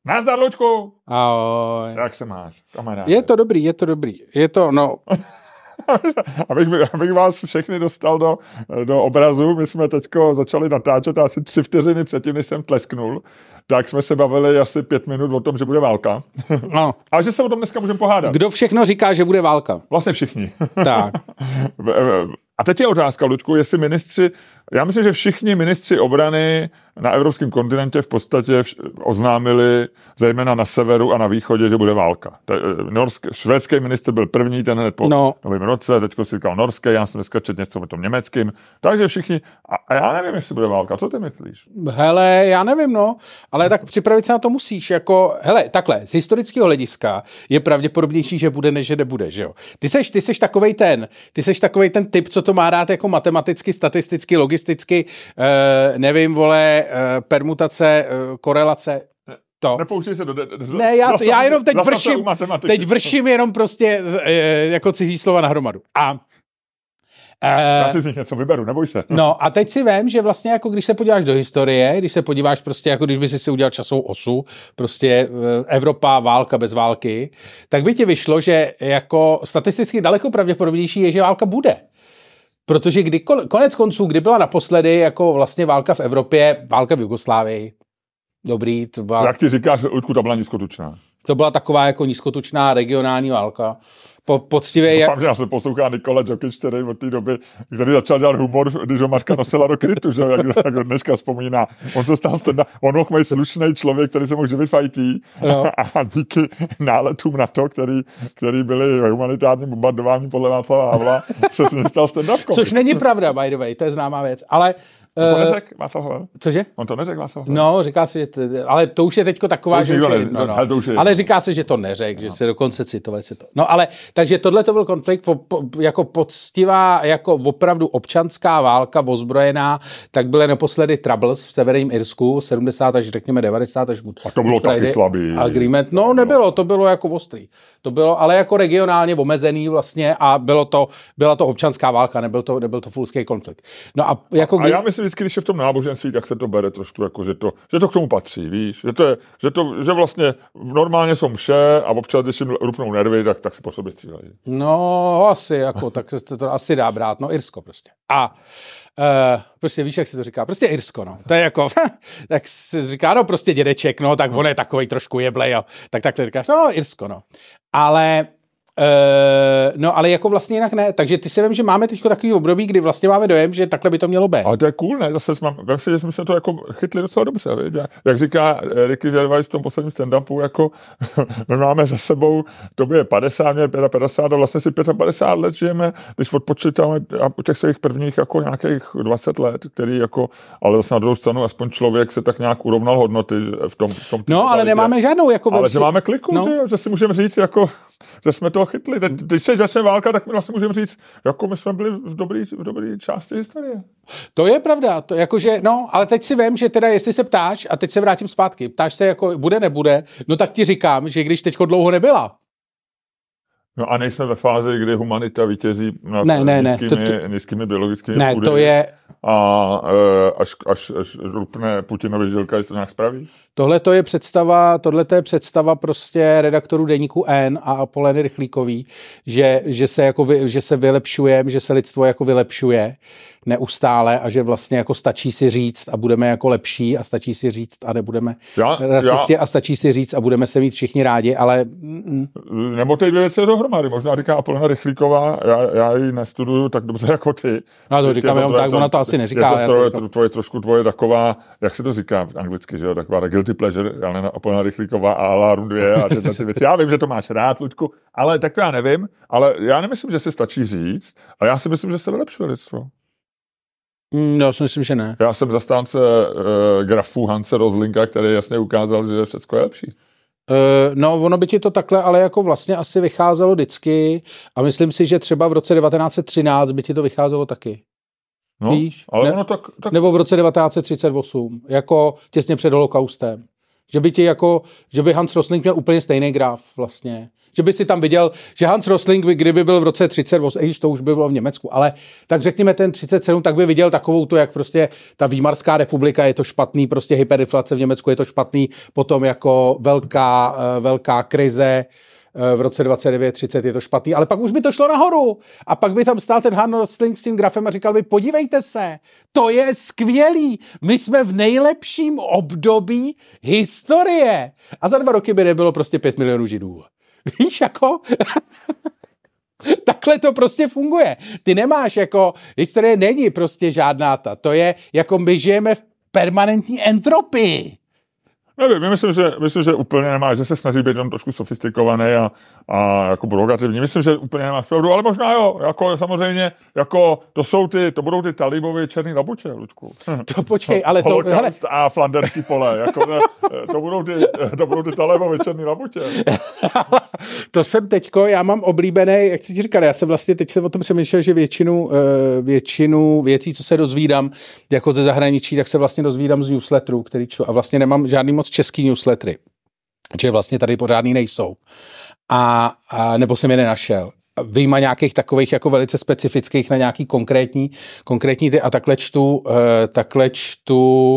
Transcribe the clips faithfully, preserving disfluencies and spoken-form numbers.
Nazdar, Luďku! Ahoj. Jak se máš, kamaráde? Je to dobrý, je to dobrý. Je to, no... abych, abych vás všechny dostal do, do obrazu, my jsme teďko začali natáčet asi tři vteřiny předtím, než jsem tlesknul, tak jsme se bavili asi pět minut o tom, že bude válka. No. Ale že se o tom dneska můžeme pohádat. Kdo všechno říká, že bude válka? Vlastně všichni. Tak. A teď je otázka, Luďku, jestli ministři, já myslím, že všichni ministři obrany na evropském kontinentě v podstatě oznámili, zejména na severu a na východě, že bude válka. Norsk, švédský ministr byl první, ten hned po no. novém roce, teďko si říkal norský, já jsem dneska četl něco o tom německým, takže všichni, a, a já nevím, jestli bude válka, co ty myslíš? Hele, já nevím, no, ale tak připravit se na to musíš, jako, hele, takhle, z historického hlediska je pravděpodobnější, že bude, než že nebude, že jo. Ty seš, ty seš takovej ten, ty seš takovej ten typ, co to má rád jako matematicky, statisticky, logisticky, uh, nevím, vole, uh, permutace, uh, korelace, to. Nepoučij se do... do, do ne, já, zastav, já jenom teď vrším, teď vrším vrším jenom prostě uh, jako cizí slova na hromadu. A já si z nich něco vyberu, neboj se. No a teď si vem, že vlastně jako když se podíváš do historie, když se podíváš prostě jako když by si si udělal časovou osu, prostě Evropa, válka bez války, tak by ti vyšlo, že jako statisticky daleko pravděpodobnější je, že válka bude. Protože kdy, konec konců, kdy byla naposledy jako vlastně válka v Evropě, válka v Jugoslávii, dobrý, to byla... Jak ty říkáš, Ludku, ta byla nízkotučná. To byla taková jako nízkotučná regionální válka. Po, poctivě je... Doufám, že já se poslouchá Nikola Jokic, který od té doby, který začal dělat humor, když ho Mařka nosila do krytu, že jak, jak ho dneška vzpomíná. On se stal stenda, on mohl být slušný člověk, který se mohl živit v í té no. a díky náletům na to, který, který byli humanitární bombardování podle Václava Havla, se s ním stal stand-up komik. Což není pravda, by the way, to je známá věc, ale... On to neřekl Václav Havel? Cože? On to neřekl Václav Havel? No, říká se, že to, ale to už je teďko taková, to že... Ne, no, no. ale, to už je, ale říká se, že to neřekl, no. Že se dokonce citovali se to. No ale, takže tohle to byl konflikt, po, po, jako poctivá, jako opravdu občanská válka, ozbrojená, tak byly naposledy Troubles v severním Irsku, sedmdesát až řekněme devadesát až... A to bylo taky slabý. Agreement, no nebylo, to bylo jako ostrý. To bylo, ale jako regionálně omezený vlastně a bylo to, byla to občanská válka, nebyl to, nebyl to fullský konflikt. No a jako... A, a já myslím vždycky, když je v tom náboženství, tak se to bere trošku jako, že to, že to k tomu patří, víš? Že to je, že to, že vlastně normálně jsou mše a občas, když jim rupnou nervy, tak, tak si po sobě střílejí. No, asi, jako, tak se to, to asi dá brát, no Irsko prostě. A Uh, prostě víš, jak se to říká, prostě Irsko, no. To je jako, tak se říká, no prostě dědeček, no, tak on je takovej trošku jeblej, jo. Tak takhle říkáš, no Irsko, no. Ale, uh, no, ale jako vlastně jinak ne. Takže ty si vím, že máme teďko takový období, kdy vlastně máme dojem, že takhle by to mělo být. Ale to je cool, ne? Zase jsme, vem si, že jsme se to jako chytli docela dobře, víš? Jak říká Ricky Gervais v tom posledním stand-upu, jako my máme za sebou, to je padesát, mě je padesát a vlastně si padesát pět let žijeme, když odpočítáme a těch svých prvních jako nějakých dvacet let, který jako, ale zase na druhou stranu aspoň člověk se tak nějak urovnal hodnoty v tom. V tom no, ale nemáme žádnou jako... Ale si... že máme kliku, no. že, že si můžeme říct jako, že jsme toho chytli. Když se začne válka, tak my vlastně můžeme říct, jako my jsme byli v dobré v dobrý části historie. To je pravda, to jakože, no, ale teď si vím, že teda jestli se ptáš, a teď se vrátím zpátky, ptáš se jako bude, nebude, no tak ti říkám, že když teďko dlouho nebyla. No a nejsme ve fázi, kdy humanita vítězí nad ne, ne, nízkými, ne, to, to, nízkými biologickými ne, údaji. To je... A až, až, až rupne Putinovi žilka, jestli to nějak spraví? Tohle to je představa, tohle to je představa prostě redaktorů deníku N a Apoleny Rychlíkový, že, že, se jako vy, že se vylepšuje, že se lidstvo jako vylepšuje neustále a že vlastně jako stačí si říct a budeme jako lepší a stačí si říct a nebudeme já, rasisti já, a stačí si říct a budeme se mít všichni rádi, ale... Mm, nebo ty dvě věci dohromady. Možná říká Apolena Rychlíková, já, já ji nestuduju tak dobře jako ty. No to říkám jenom tak, ona to asi neříká. Je to tvoje, to, tvoje, trošku tvoje taková, jak se to říká anglicky, že jo, taková guilty pleasure, ale Apolena Rychlíková a Alarm dva a tyhle ty věci. Já vím, že to máš rád, Luďku, ale tak to já nevím, ale já nemyslím, že se stačí říct, a já si myslím, že se vylepšuje lidstvo. No, já si myslím, že ne. Já jsem zastánce uh, grafu Hanse Roslinga, který jasně ukázal, že všechno je lepší. Uh, no, ono by ti to takhle, ale jako vlastně asi vycházelo vždycky a myslím si, že třeba v roce devatenáct set třináct by ti to vycházelo taky. No, víš? ale ne, ono tak, tak... Nebo v roce devatenáct set třicet osm, jako těsně před holokaustem. Že by ti jako, že by Hans Rosling měl úplně stejný graf vlastně. Že by si tam viděl, že Hans Rosling, kdyby byl v roce třicet, i to už by bylo v Německu, ale tak řekněme ten třicet sedm, tak by viděl takovou tu, jak prostě ta Výmarská republika je to špatný, prostě hyperinflace v Německu je to špatný, potom jako velká, velká krize v roce dvacet devět třicet je to špatný, ale pak už by to šlo nahoru. A pak by tam stál ten Hans Rosling s tím grafem a říkal by, podívejte se, to je skvělý, my jsme v nejlepším období historie. A za dva roky by nebylo prostě pět milionů Židů. Víš, jako? Takhle to prostě funguje. Ty nemáš jako, historie není prostě žádná ta. To je, jako my žijeme v permanentní entropii. Nevím, myslím, že, myslím, že úplně nemáš, že se snaží být tam trošku sofistikovaný a, a jako provokativní. Myslím, že úplně nemáš pravdu, ale možná jo, jako samozřejmě, jako to jsou ty, to budou ty talibové černý labuče, Luďku. To počkej, ale to, hele. A flanderský pole, jako ne, to budou ty, to budou ty talibové černý labuče. To jsem teďko, já mám oblíbený, jak jsi ti říkal, já jsem vlastně teď jsem o tom přemýšlel, že většinu, většinu věcí, co se dozvídám jako ze zahraničí, tak se vlastně dozvídám z newsletterů, který čtu, a vlastně nemám žádný moc český newslettery, že vlastně tady pořádný nejsou. A, a nebo jsem je nenašel. Vyjma nějakých takových jako velice specifických na nějaký konkrétní, konkrétní ty, a takhle čtu, uh, takhle čtu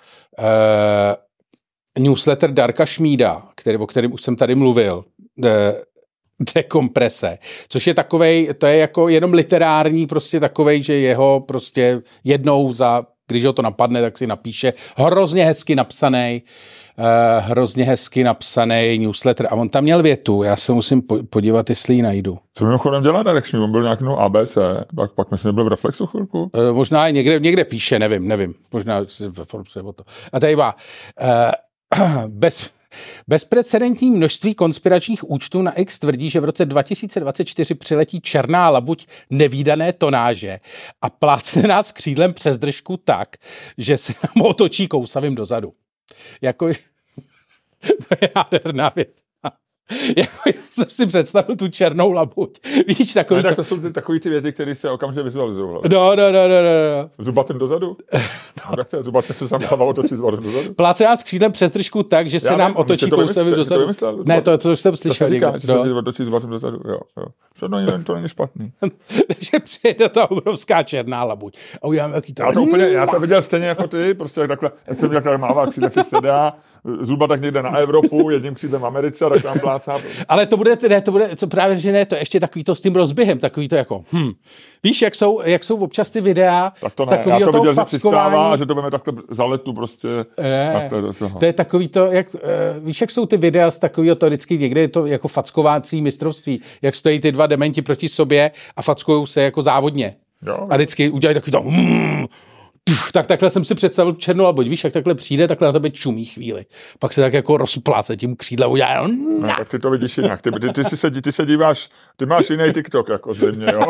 uh, newsletter Darka Šmída, který, o kterém už jsem tady mluvil, de, dekomprese, což je takovej, to je jako jenom literární, prostě takovej, že jeho prostě jednou za, když ho to napadne, tak si napíše hrozně hezky napsaný, uh, hrozně hezky napsaný newsletter. A on tam měl větu, já se musím podívat, jestli ji najdu. Co mimochodem dělá Darek Šmíd? On byl nějaký no A B C, pak, pak myslím, byl v Reflexu chvilku. Uh, možná někde, někde píše, nevím, nevím. Možná ve Forbes o to. A tady má, uh, bez... Bezprecedentní množství konspiračních účtů na X tvrdí, že v roce dva tisíce dvacet čtyři přiletí černá labuť nevídané tonáže a plácne nás křídlem přes držku tak, že se nám otočí kousavým dozadu. Jako, to je nádherná věc. Jako jsem si představil tu černou labuť. Víš, takový no, to... tak to jsou ty, takový ty věty, které se okamžitě vizualizují. No, no, no, no, no. Zubatým dozadu? No. Jak to je? Zubatým se sám hlava otočí zubatým dozadu? Pláce nás křídlem přes držku tak, že se já nám ne, otočí kousavým dozadu. To vymyslel, ne, to, to už jsem slyšel. To se říká, že se otočí zubatým dozadu. Jo, jo. Všechno to není špatný. Takže přijde ta obrovská černá labuť. A uděláme jaký to... Já to úplně, já to viděl stejně jako ty, prostě jak takhle, jak jsem takhle mává křídle, si sedá, zhruba tak někde na Evropu, jedním křídlem Americe a tak tam plácá. Ale to bude, ne, to bude, co právě, že ne, to ještě takový to s tím rozběhem, takový to jako, hm. Víš, jak jsou, jak jsou občas ty videa tak to ne, já to viděl, že přistává a že to budeme takhle za letu prostě. Ne, do toho. To je takový to, jak, uh, víš, jak jsou ty videa z takového to vždycky někde je to jako fackovací mistrovství, jak stojí ty dva dementi proti sobě a fackujou se jako závodně. Jo. A vždycky udělají takový to, hm, tak takhle jsem si představil černou labuť, víš, jak takhle přijde, takhle na tebe čumí chvíli. Pak se tak jako rozpláce tím křídlem udělá. No, tak ty to vidíš jinak. Ty, ty, ty, ty, se, ty se díváš, ty máš jiný TikTok, jako zřejmě, jo?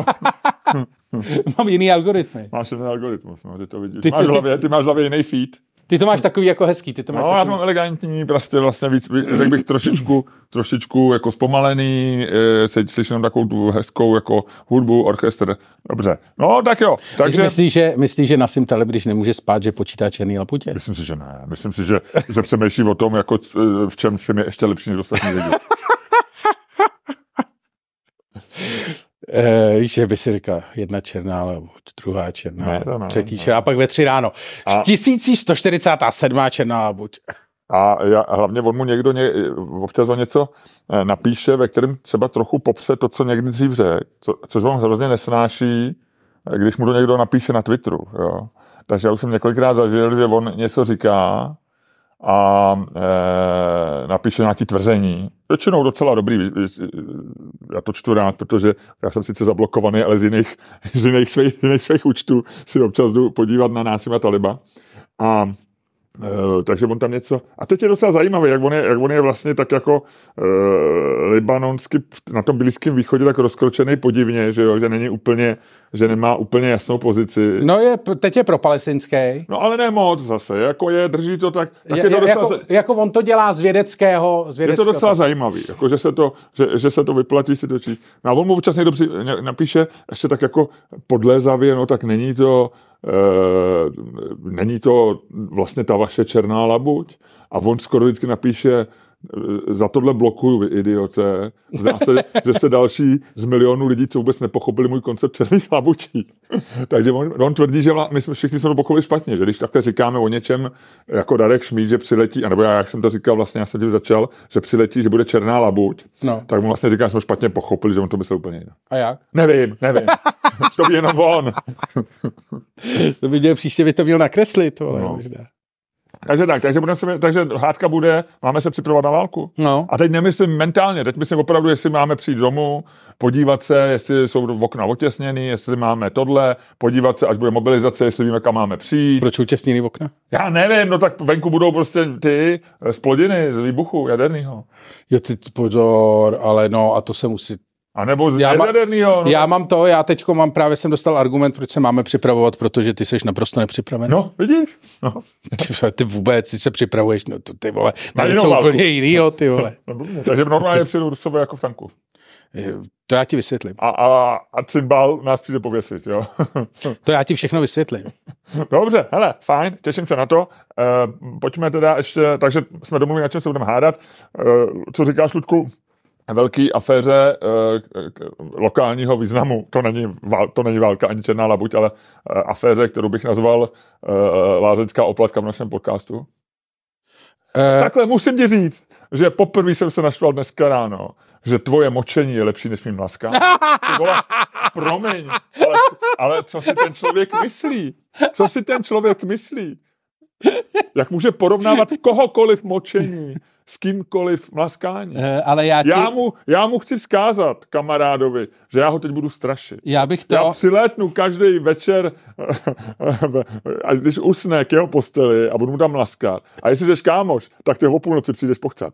Mám jiný algoritmy. Máš jiný algoritmus, no, ty to vidíš. Ty, máš ty, hlavě, ty máš hlavě jiný feed. Ty to máš takový jako hezký. Ty to máš no, takový... já to mám elegantní, prostě vlastně víc, řekl bych trošičku, trošičku jako zpomalený, e, slyším takovou tu hezkou jako hudbu, orchestr. Dobře, no tak jo. Takže... Myslíš, že, myslí, že Nassim Taleb, když nemůže spát, že počítá černý laputě? Myslím si, že ne. Myslím si, že, že přemýšlí o tom, jako v čem všem je ještě lepší než ostatní lidi. Uh, víš, že by si říkal, jedna černá labuť, druhá černá, ne, ne, třetí ne. černá, a pak ve tři ráno. A... tisíc sto čtyřicátá sedmá černá labuť. A já, hlavně on mu někdo ně, občas on něco napíše, ve kterém třeba trochu popře to, co někdy dřív řekl, co, což on hrozně nesnáší, když mu to někdo napíše na Twitteru. Jo. Takže já už jsem několikrát zažil, že on něco říká a e, napíše nějaké tvrzení. Většinou docela dobrý. Já to čtu rád, protože já jsem sice zablokovaný, ale z jiných, z jiných, svých, z jiných svých účtů si občas jdu podívat na Nassima Taleba. A e, takže on tam něco... A teď je docela zajímavé, jak on je, jak on je vlastně tak jako e, libanonsky na tom Blízkém východě tak rozkročený podivně, že, jo, že není úplně, že nemá úplně jasnou pozici. No je, teď je pro palestinský. No ale ne moc zase, jako je, drží to tak... tak je, je to docela, jako, jako on to dělá z vědeckého... Z vědeckého je to docela to... zajímavý, jako že se to, že, že se to vyplatí si to číst. No a on mu občas někdo při, napíše ještě tak jako podlézavě, no tak není to... E, není to vlastně ta vaše černá labuť. A on skoro vždycky napíše, za tohle blokuju, vy idioté. Zdá se, že jste další z milionů lidí, co vůbec nepochopili můj koncept černých labučí. Takže on, on tvrdí, že my jsme všichni jsme to pochopili špatně, že když takhle říkáme o něčem jako Darek Šmíd, že přiletí, anebo já, jak jsem to říkal, vlastně já jsem tím začal, že přiletí, že bude černá labuť, no. Tak on vlastně říká, že jsme špatně pochopili, že on to myslel úplně jinak. A jak? Nevím, nevím. To by jenom on. To by měl příště by to měl nakreslit, vole, no. Možná. Takže tak, takže, budeme se, takže hádka bude, máme se připravovat na válku. No. A teď nemyslím mentálně, teď myslím opravdu, jestli máme přijít domů, podívat se, jestli jsou okna otěsněný, jestli máme tohle, podívat se, až bude mobilizace, jestli víme, kam máme přijít. Proč otěsněný okna? Já nevím, no tak venku budou prostě ty splodiny z výbuchu jadernýho. Jo, ty pozor, ale no a to se musí... A nebo z já, má, jadernýho, no. Já mám to, já teďko mám, právě jsem dostal argument, proč se máme připravovat, protože ty seš naprosto nepřipravený. No, vidíš? No. Ty, ty vůbec, ty se připravuješ, no to ty vole, na něco úplně jinýho, ty vole. Takže normálně přijdu do sebe jako v tanku. To já ti vysvětlím. A, a, a cymbal nás přijde pověsit, jo? To já ti všechno vysvětlím. Dobře, hele, fajn, těším se na to. Uh, pojďme teda ještě, takže jsme domluvili, na čem se budeme hádat. Uh, co říkáš, Ludku? Velký aféře uh, lokálního významu, to není, to není válka ani černá labuť, ale uh, aféře, kterou bych nazval uh, lázeňská oplatka v našem podcastu. Uh, Takhle musím ti říct, že poprvé jsem se naštval dneska ráno, že tvoje močení je lepší než mým laskám. Ty vole, promiň, ale, ale co si ten člověk myslí? Co si ten člověk myslí? Jak může porovnávat kohokoliv močení s kýmkoliv mlaskání? Uh, ale já, ti... já, mu, já mu chci vzkázat kamarádovi, že já ho teď budu strašit. Já bych to... Já přilétnu každý večer, až když usne k jeho posteli a budu mu tam mlaskat. A jestli jsi kámoš, tak ty o půlnoci přijdeš pochcat.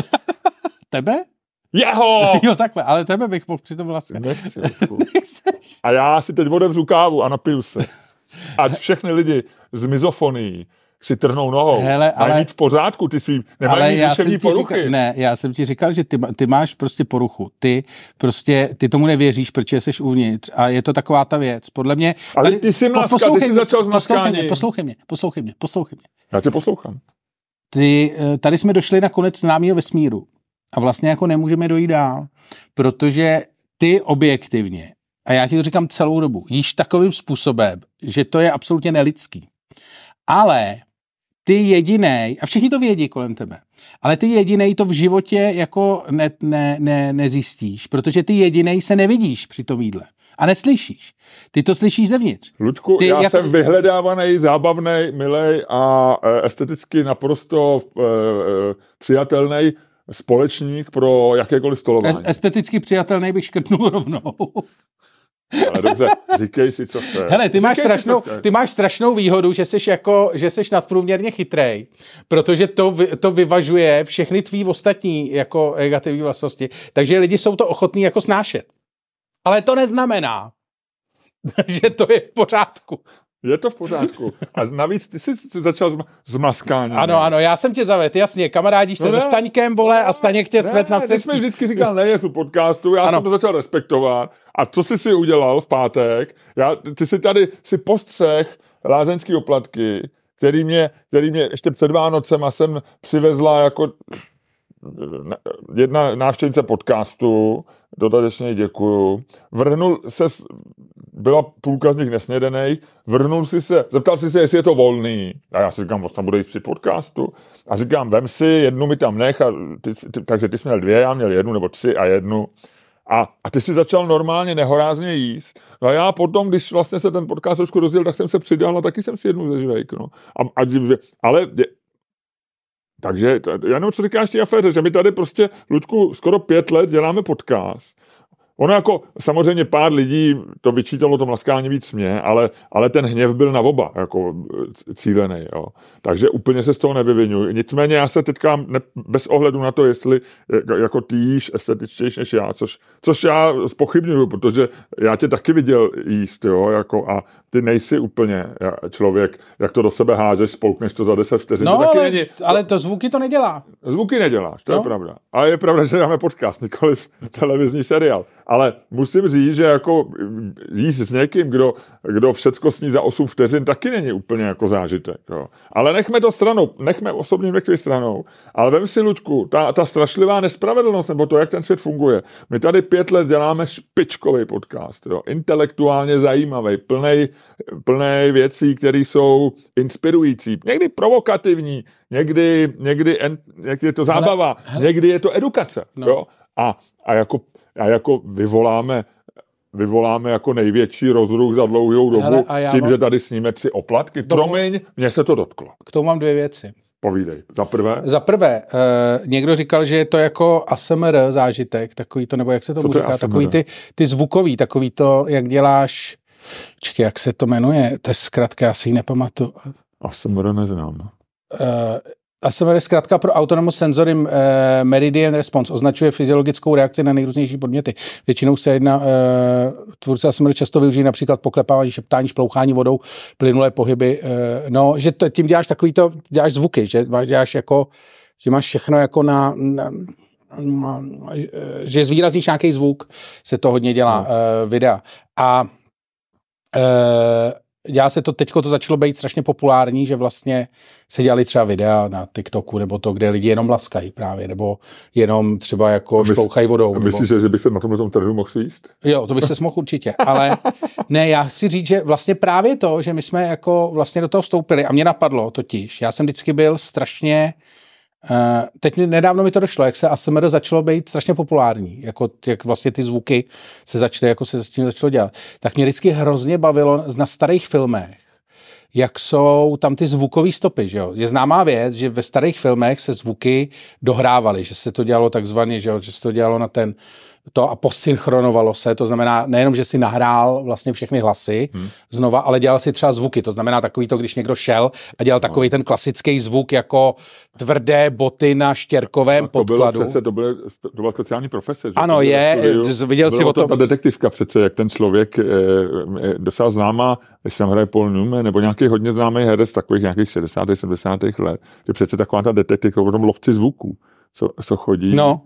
Tebe? Jeho! Jo, takhle, ale tebe bych mohl přitom mlaskat. Nechci. A já si teď otevřu kávu a napiju se. Ať všechny lidi z mizofonií si trhnou nohou. Hele, ale, mají mít v pořádku ty svý, nemají mít duševní poruchy. Říkal, ne, já jsem ti říkal, že ty, ty máš prostě poruchu. Ty prostě, ty tomu nevěříš, protože jsi uvnitř a je to taková ta věc. Podle mě... Ale ty jsi mlaska, ty jsi začal s mlaskáním. Poslouchej mě, poslouchej mě, poslouchej mě. Já tě poslouchám. Ty, tady jsme došli na konec známého vesmíru a vlastně jako nemůžeme dojít dál, protože ty objektivně, a já ti to říkám celou dobu, jíš takovým způsobem, že to je absolutně nelidský. Ale ty jedinej, a všichni to vědí kolem tebe, ale ty jedinej to v životě jako ne, ne, ne, nezjistíš, protože ty jedinej se nevidíš při tom jídle a neslyšíš. Ty to slyšíš zevnitř. Ludku, ty, já jak... jsem vyhledávaný, zábavný, milej a e, esteticky naprosto e, e, přijatelný společník pro jakékoliv stolování. Esteticky přijatelný bych škrtnul rovnou. Ale dobře, říkej si, co chce. Hele, ty máš, strašnou, ty máš strašnou výhodu, že jsi, jako, že jsi nadprůměrně chytrej, protože to, to vyvažuje všechny tvý ostatní jako negativní vlastnosti, takže lidi jsou to ochotní jako snášet. Ale to neznamená, že to je v pořádku. Je to v pořádku. A navíc ty jsi začal s maskáním. Ano, ano, já jsem tě zavedl, jasně, kamarádíš se no se Staňkem, vole, a Staněk tě svet na cestí. Ty jsi mi vždycky říkal, nejezu podcastu, já ano. jsem to začal respektovat. A co jsi si udělal v pátek? Já, ty jsi tady si postřeh lázeňský oplatky, který mě, který mě ještě před Vánocema jsem přivezla jako jedna návštěvnice podcastu, dodatečně děkuju. Vrhnul se, byla půlka z nich nesnědenej, vrhnul si se, zeptal si se, jestli je to volný. A já si říkám, vlastně bude jít při podcastu. A říkám, vem si, jednu mi tam nech, a ty, ty, takže ty jsi měl dvě, já měl jednu nebo tři a jednu. A, a ty si začal normálně nehorázně jíst. No a já potom, když vlastně se ten podcast trošku rozdělil, tak jsem se přidal a taky jsem si jednu zežvejk. No. A, a, ale... Takže já nevím, co říkáš té aféře, že my tady prostě, Ludku, skoro pět let děláme podcast. Ono jako, samozřejmě pár lidí to vyčítalo to mlaskání víc mě, ale, ale ten hněv byl na oba, jako cílený, jo. Takže úplně se z toho nevyvinuji. Nicméně já se teďka ne, bez ohledu na to, jestli jako ty jíš estetičtější než já, což, což já zpochybňuju, protože já tě taky viděl jíst, jo, jako a ty nejsi úplně člověk, jak to do sebe hážeš, spolkneš to za deset vteřin. No, to taky ale, není, ale to zvuky to nedělá. Zvuky neděláš, to no. je pravda. A je pravda, že dáme podcast, nikoliv televizní seriál. ale musím říct, že jako jíst s někým, kdo, kdo všecko sní za osm vteřin, taky není úplně jako zážitek. Jo. Ale nechme to stranou, nechme osobní mrkvy stranou, ale vem si, Luďku, ta, ta strašlivá nespravedlnost, nebo to, jak ten svět funguje. My tady pět let děláme špičkový podcast, jo, intelektuálně zajímavý, plnej, plnej věcí, které jsou inspirující, někdy provokativní, někdy, někdy, někdy je to zábava, hele, někdy je to edukace. No. Jo? A, a, jako, a jako vyvoláme, vyvoláme jako největší rozruch za dlouhou dobu hele, tím, mám... že tady sníme tři oplatky. Promiň, mně se to dotklo. K tomu mám dvě věci. Povídej. Za prvé? Za prvé, uh, někdo říkal, že je to jako A S M R zážitek, takový to, nebo jak se tomu říká, takový ty, ty zvukový, takový to, jak děláš, čekaj, jak se to jmenuje, to je zkrátka, já si ji nepamatuju. A S M R neznám. Uh, A S M R je zkrátka pro Autonomous Sensory uh, Meridian Response, označuje fyziologickou reakci na nejrůznější podněty. Většinou se jedna, uh, tvůrce A S M R často využijí například poklepávání, šeptání, šplouchání vodou, plynulé pohyby. Uh, no, že to, tím děláš takový to, děláš zvuky, že máš, děláš jako, že máš všechno jako na, na, na že zvýrazníš nějaký zvuk, se to hodně dělá, no. uh, videa. A uh, Já se to, teďko to začalo být strašně populární, že vlastně se dělali třeba videa na TikToku, nebo to, kde lidi jenom laskají právě, nebo jenom třeba jako mysl, šplouchají vodou. Myslíš, nebo... že bych se na tomhle trhu mohl svíst? Jo, to by se mohl určitě, ale ne, já chci říct, že vlastně právě to, že my jsme jako vlastně do toho vstoupili a mě napadlo totiž, já jsem vždycky byl strašně, Uh, teď mi, nedávno mi to došlo, jak se A S M R začalo být strašně populární, jako jak vlastně ty zvuky se začaly, jako se s tím začalo dělat, tak mě vždycky hrozně bavilo na starých filmech, jak jsou tam ty zvukové stopy, že jo. Je známá věc, že ve starých filmech se zvuky dohrávaly, že se to dělalo takzvaně, že jo, že se to dělalo na ten to a posynchronovalo se, to znamená nejenom, že si nahrál vlastně všechny hlasy hmm. znova, ale dělal si třeba zvuky, to znamená takový to, když někdo šel a dělal takový no. ten klasický zvuk jako tvrdé boty na štěrkovém to podkladu. Bylo přece, to, bylo, to byla speciální profese. Že? Ano, je, studiu, viděl si o tom. Ta detektivka přece, jak ten člověk je, je docela známá, když tam hraje Paul Newman, nebo nějaký hodně známý herec takových nějakých šedesátých sedmdesátých let, že přece taková ta detektivka, potom lovci zvuků, co, co chodí. No.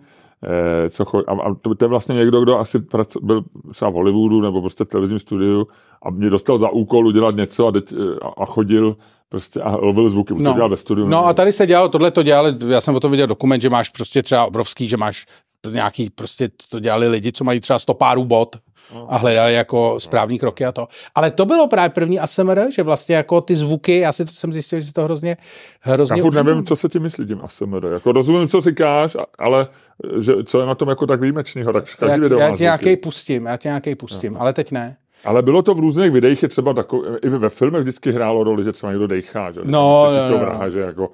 Co chodí, a to, to je vlastně někdo, kdo asi prac, byl třeba v Hollywoodu nebo prostě v televizním studiu a mě dostal za úkol udělat něco a, teď, a, a chodil prostě a lovil zvuky, no. to dělal ve studiu. No nebo... a tady se dělalo, tohle to dělali, já jsem o tom viděl dokument, že máš prostě třeba obrovský, že máš nějaký, prostě to dělali lidi, co mají třeba sto párů bot a hledali jako správný kroky a to. Ale to bylo právě první A S M R, že vlastně jako ty zvuky, já si to jsem zjistil, že to hrozně hrozně. Já furt nevím, co se ti myslí tím A S M R. Jako rozumím, co říkáš, ale že, co je na tom jako tak výjimečného, tak každý já, video já má tě nějaký pustím, já tě nějaký pustím, no. ale teď ne. Ale bylo to v různých videích, je třeba takový, i ve filmech vždycky hrálo roli, že třeba někdo dejchá, že? No, že no, to no. vrhá, že jako...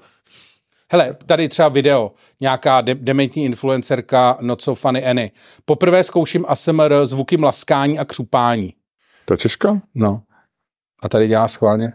Hele, tady třeba video, nějaká de- dementní influencerka Not So Funny Annie. Poprvé zkouším A S M R zvuky mlaskání a křupání. To je Češka? No. A tady dělá schválně.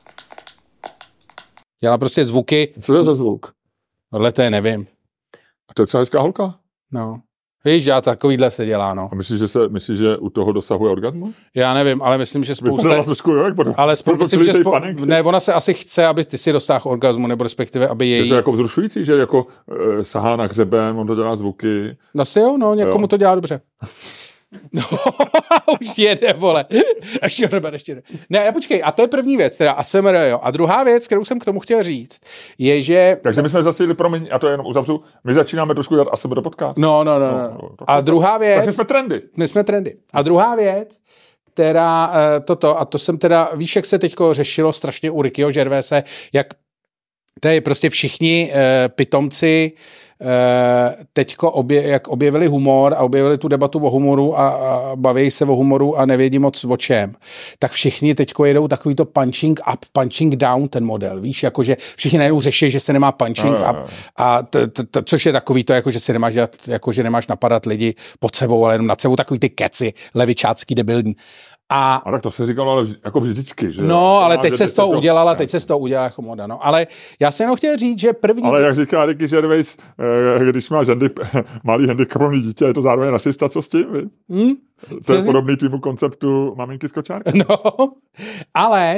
Dělá prostě zvuky. Co to je za zvuk? Tohle to je, nevím. A to je celá hezká holka? No. Víš, já takovýhle se dělá, no. A myslíš, že, se, myslíš, že u toho dosahuje orgasmu? Já nevím, ale myslím, že spousta... Trošku, jak, ale spou... myslím, že spou... ne, ona se asi chce, aby ty si dosáhl orgasmu, nebo respektive, aby její... Je to jako vzrušující, že jako uh, sahá na hřeben, on to dělá zvuky. Asi jo, no, někomu jo. to dělá dobře. No, už jede, vole. Ještě hřeben, ještě jede. Ne, počkej, a to je první věc, teda A S M R, jo. A druhá věc, kterou jsem k tomu chtěl říct, je, že... Takže my jsme zase, promiň, a to jenom uzavřu, my začínáme trošku dělat A S M R podcast. No, no, no. no. no, no a druhá věc... Takže jsme trendy. My jsme trendy. A druhá věc, která toto, a to jsem teda, víš, jak se teďko řešilo strašně u Rickyho Gervaise, jak tady prostě všichni uh, pitomci uh, teďko obje, jak objevili humor a objevili tu debatu o humoru a, a baví se o humoru a nevědí moc o čem, tak všichni teďko jedou takový to punching up, punching down ten model, víš, jakože všichni najednou řeší, že se nemá punching up a t, t, t, což je takový to, jako že si nemáš dělat, jako že nemáš napadat lidi pod sebou, ale jenom nad sebou, takový ty keci, levičácký, debilní. A, a tak to se říkalo, ale jako vždycky, že? No, ale teď se z toho udělala, teď se z toho udělala jako moda, no. Ale já jsem jenom chtěl říct, že první... Ale jak říká Ricky Gervais, když máš handip, malý handicapovaný dítě, je to zároveň rasista, co s tím, vy? Hmm? To je podobný tvýmu konceptu maminky z kočárky. No, ale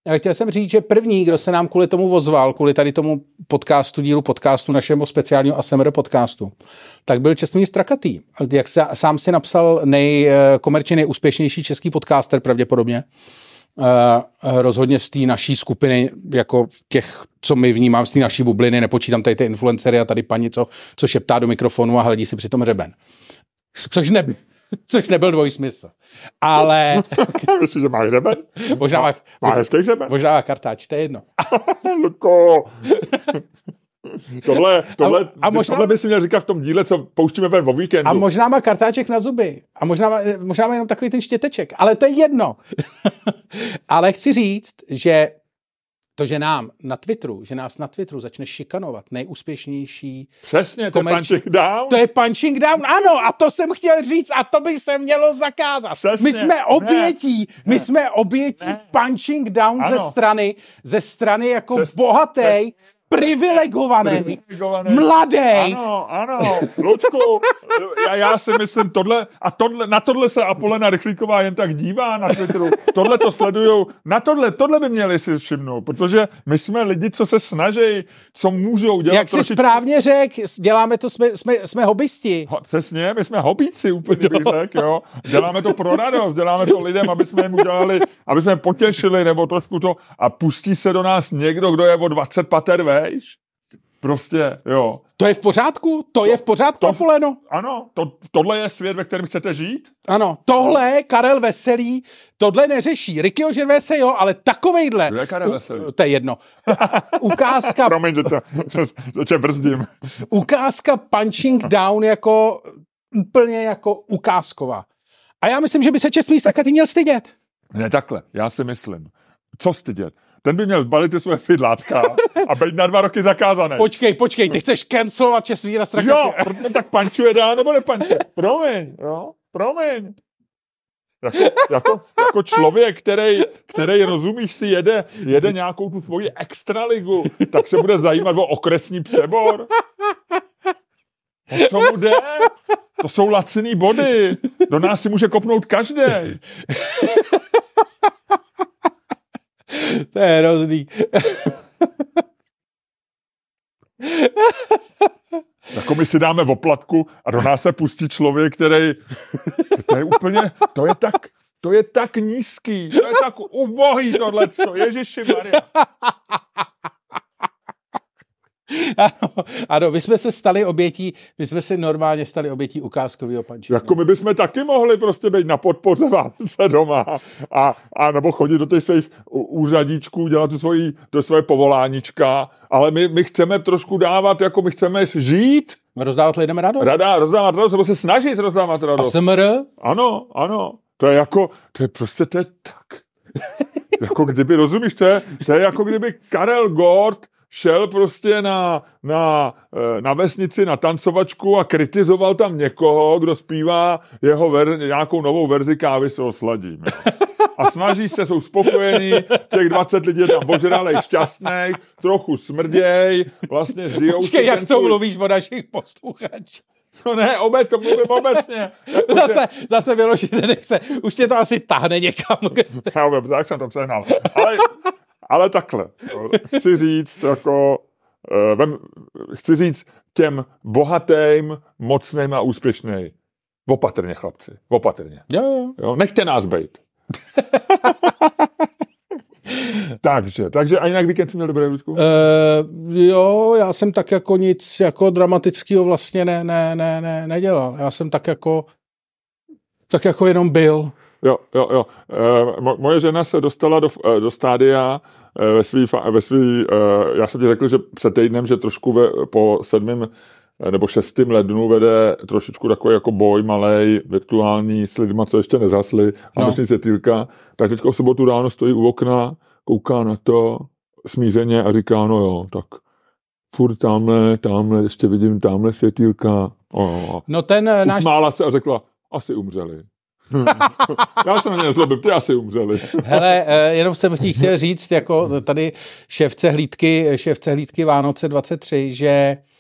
Chtěl jsem říct, že první, kdo se nám kvůli tomu ozval, kvůli tady tomu podcastu, dílu podcastu, našemu speciálního A S M R podcastu, tak byl Čestmír Strakatý. Jak se, sám si napsal nej, komerčně nejúspěšnější český podcaster pravděpodobně. Uh, rozhodně z té naší skupiny, jako těch, co my vnímám, z té naší bubliny, nepočítám tady ty influencery a tady paní, co, co šeptá do mikrofonu a hledí si přitom hřeben. Což nebyl, což nebyl dvojsmysl. Ale... Myslíš, že má hřeben? Možná má, má hezký hřeben. Možná má kartáč, to je jedno. Luko... Tohle, tohle, a, a možná, tohle by si měl říkat v tom díle, co pouštíme ven o víkendu. A možná má kartáček na zuby. A možná má, možná má jenom takový ten štěteček. Ale to je jedno. Ale chci říct, že to, že nám na Twitteru, že nás na Twitteru začne šikanovat nejúspěšnější... Přesně, to je punching down. To je punching down, ano, a to jsem chtěl říct a to by se mělo zakázat. Přesně, my jsme obětí, ne, my ne, jsme obětí ne. punching down ano. ze strany, ze strany jako Přesně, bohatý, privilegovaný, privilegovaný, mladý. Ano, ano, Luďku, já, já si myslím, tohle, a tohle, na tohle se Apolena Rychlíková jen tak dívá na Twitteru, tohle to sledujou, na tohle, tohle by měli si všimnout, protože my jsme lidi, co se snaží, co můžou dělat. Jak jsi trošičku... správně řekl, děláme to, jsme, jsme, jsme hobbysti. Ho, přesně, my jsme hobíci, úplně bych řekl, jo. Děláme to pro radost, děláme to lidem, aby jsme jim udělali, aby jsme potěšili, nebo trošku to, a pustí se do nás někdo, kdo je o dvacet pater vejš. Prostě, jo. To je v pořádku? To, to je v pořádku, Apoleno? Ano, to, tohle je svět, ve kterém chcete žít? Ano, tohle Karel Veselý, tohle neřeší. Rickyho Gervaise, jo, ale takovejhle... Kdo je Karel Veselý? To je jedno. Ukázka... Promiň, že tě, že tě brzdím. Ukázka punching down jako úplně jako ukázková. A já myslím, že by se Čestmír Strakatý měl stydět. Ne takhle, já si myslím. Co stydět? Ten by měl zbalit ty svoje fidlátka a být na dva roky zakázaný. Počkej, počkej, ty chceš cancelovat Čestmíra Strakatý. Jo, tak pančuje dál nebo nepančuje? Promiň, jo, promiň. Jako, jako, jako člověk, který, který, rozumíš si, jede, jede nějakou tu svoji extraligu, tak se bude zajímat o okresní přebor. O co mu jde? To jsou laciný body. Do nás si může kopnout každej. To je hrozný. Jako my si dáme oplatku a do nás se pustí člověk, který... To je úplně... To je tak... To je tak nízký. To je tak ubohý tohleto. Ježišimarja. Ano, ano, my jsme se stali obětí, my jsme se normálně stali obětí ukázkového punching. Jako my bychom taky mohli prostě být na podpoře Vánoce doma a, a nebo chodit do těch svých úřadíčků, dělat tu svoji, to svoje povoláníčka, ale my, my chceme trošku dávat, jako my chceme žít. Rozdávat lidem radost. Rada, rozdávat radost, nebo se snažit rozdávat radost. A S M R? Ano, ano. To je jako, to je prostě, to je tak. Jako kdyby, rozumíš, to je, to je jako kdyby Karel Gott šel prostě na, na, na vesnici, na tancovačku a kritizoval tam někoho, kdo zpívá jeho ver, nějakou novou verzi Kávy s osladím. Jo. A snaží se, jsou spokojení, těch dvacet lidí je tam ožralej, šťastnej, trochu smrděj, vlastně žijou... Počkej, jak to svůj... mluvíš o našich posluchačích? No ne, obec, to mluvím obecně. Zase, zase vyložíte, nechce, už tě to asi tahne někam. Já vím, tak jsem to přehnal. Ale... Ale takhle, chci říct, jako, vem, chci říct těm bohatým, mocným a úspěšným. Opatrně, chlapci, opatrně. Jo, jo. Jo, nechte nás bejt. takže, takže a jinak víkend jsi měl dobré, Ludku? Uh, jo, já jsem tak jako nic jako dramatického vlastně ne, ne, ne, ne, nedělal. Já jsem tak jako, tak jako jenom byl. Jo, jo, jo. E, mo, moje žena se dostala do, do stádia e, ve svý, ve svý e, já jsem ti řekl, že před týdnem, že trošku ve, po sedmým nebo šestým lednu vede trošičku takový jako boj malej, virtuální, s lidma, co ještě nezhasli, a no. Myslím světýlka, tak teďka v sobotu ráno stojí u okna, kouká na to smířeně a říká, no jo, tak furt tamhle, tamhle, ještě vidím tamhle světýlka. O, no ten náš... Usmála se a řekla, asi umřeli. Já jsem na ně zlobil, ty asi umřeli. Hele, jenom jsem chtěl říct, jako tady šéfce hlídky, šéfce hlídky Vánoce dvacet tři, že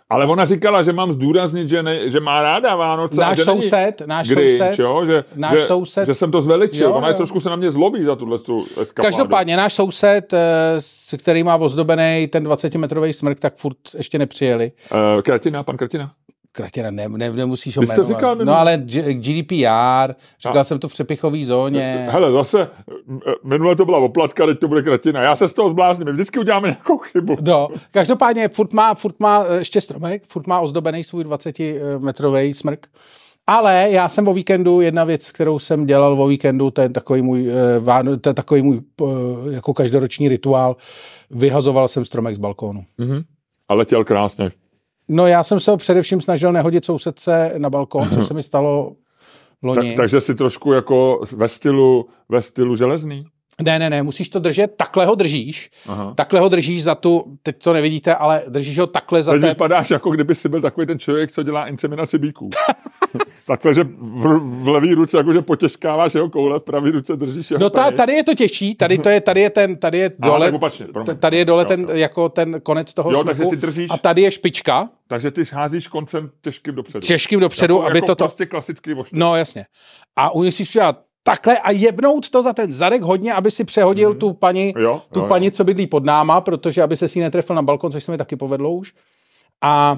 Ale ona říkala, že mám zdůraznit, že, ne, že má ráda Vánoce. Náš že soused, náš Grinch, soused, jo? Že, náš že, soused, že jsem to zveličil. Jo, ona je jo. trošku se na mě zlobí za tuhle eskapádu. Každopádně náš soused, s který má ozdobený ten dvacetimetrový smrk, tak furt ještě nepřijeli. Uh, Kratina, pan Kratina. Kratina, ne, ne, nemusíš ho Vy jste říkal, jmenovat. No ale G- G D P R, říkal A. jsem to v přepichové zóně. Hele, zase, minule to byla oplatka, teď to bude Kratina. Já se z toho zblázním, my vždycky uděláme nějakou chybu. No, každopádně furt má, furt má ještě stromek, furt má ozdobený svůj dvacetimetrový smrk. Ale já jsem o víkendu, jedna věc, kterou jsem dělal o víkendu, to je takový můj, to je takový můj jako každoroční rituál, vyhazoval jsem stromek z balkónu. Mm-hmm. A letěl krásně. No já jsem se ho především snažil nehodit sousedce na balkón, což se mi stalo loni. Tak, takže si trošku jako ve stylu, ve stylu železný? Ne, ne, ne, musíš to držet, takhle ho držíš, Aha. takhle ho držíš za tu, teď to nevidíte, ale držíš ho takhle za Teď ten... vypadáš, jako kdyby si byl takový ten člověk, co dělá inseminaci bíků. Takhle, že v, v levý ruce jakože potěžkáváš jeho koule, v pravý ruce držíš jeho No ta, penis. tady je to těžší, tady to je, tady je ten, tady je Aha, dole, tak opačně, promiň. tady je dole Jo, ten, jo. jako ten konec toho Jo, takže smrku ty držíš- a tady je špička, Takže ty házíš koncem těžkým dopředu. těžkým dopředu, jako, aby jako toto... prostě klasický voštěp. No jasně. A musíš dělat takhle a jebnout to za ten zadek hodně, aby si přehodil mm. tu paní, Jo, tu jo, paní, jo. co bydlí pod náma, protože aby se si netrefil na balkon, což se mi taky povedlo už. A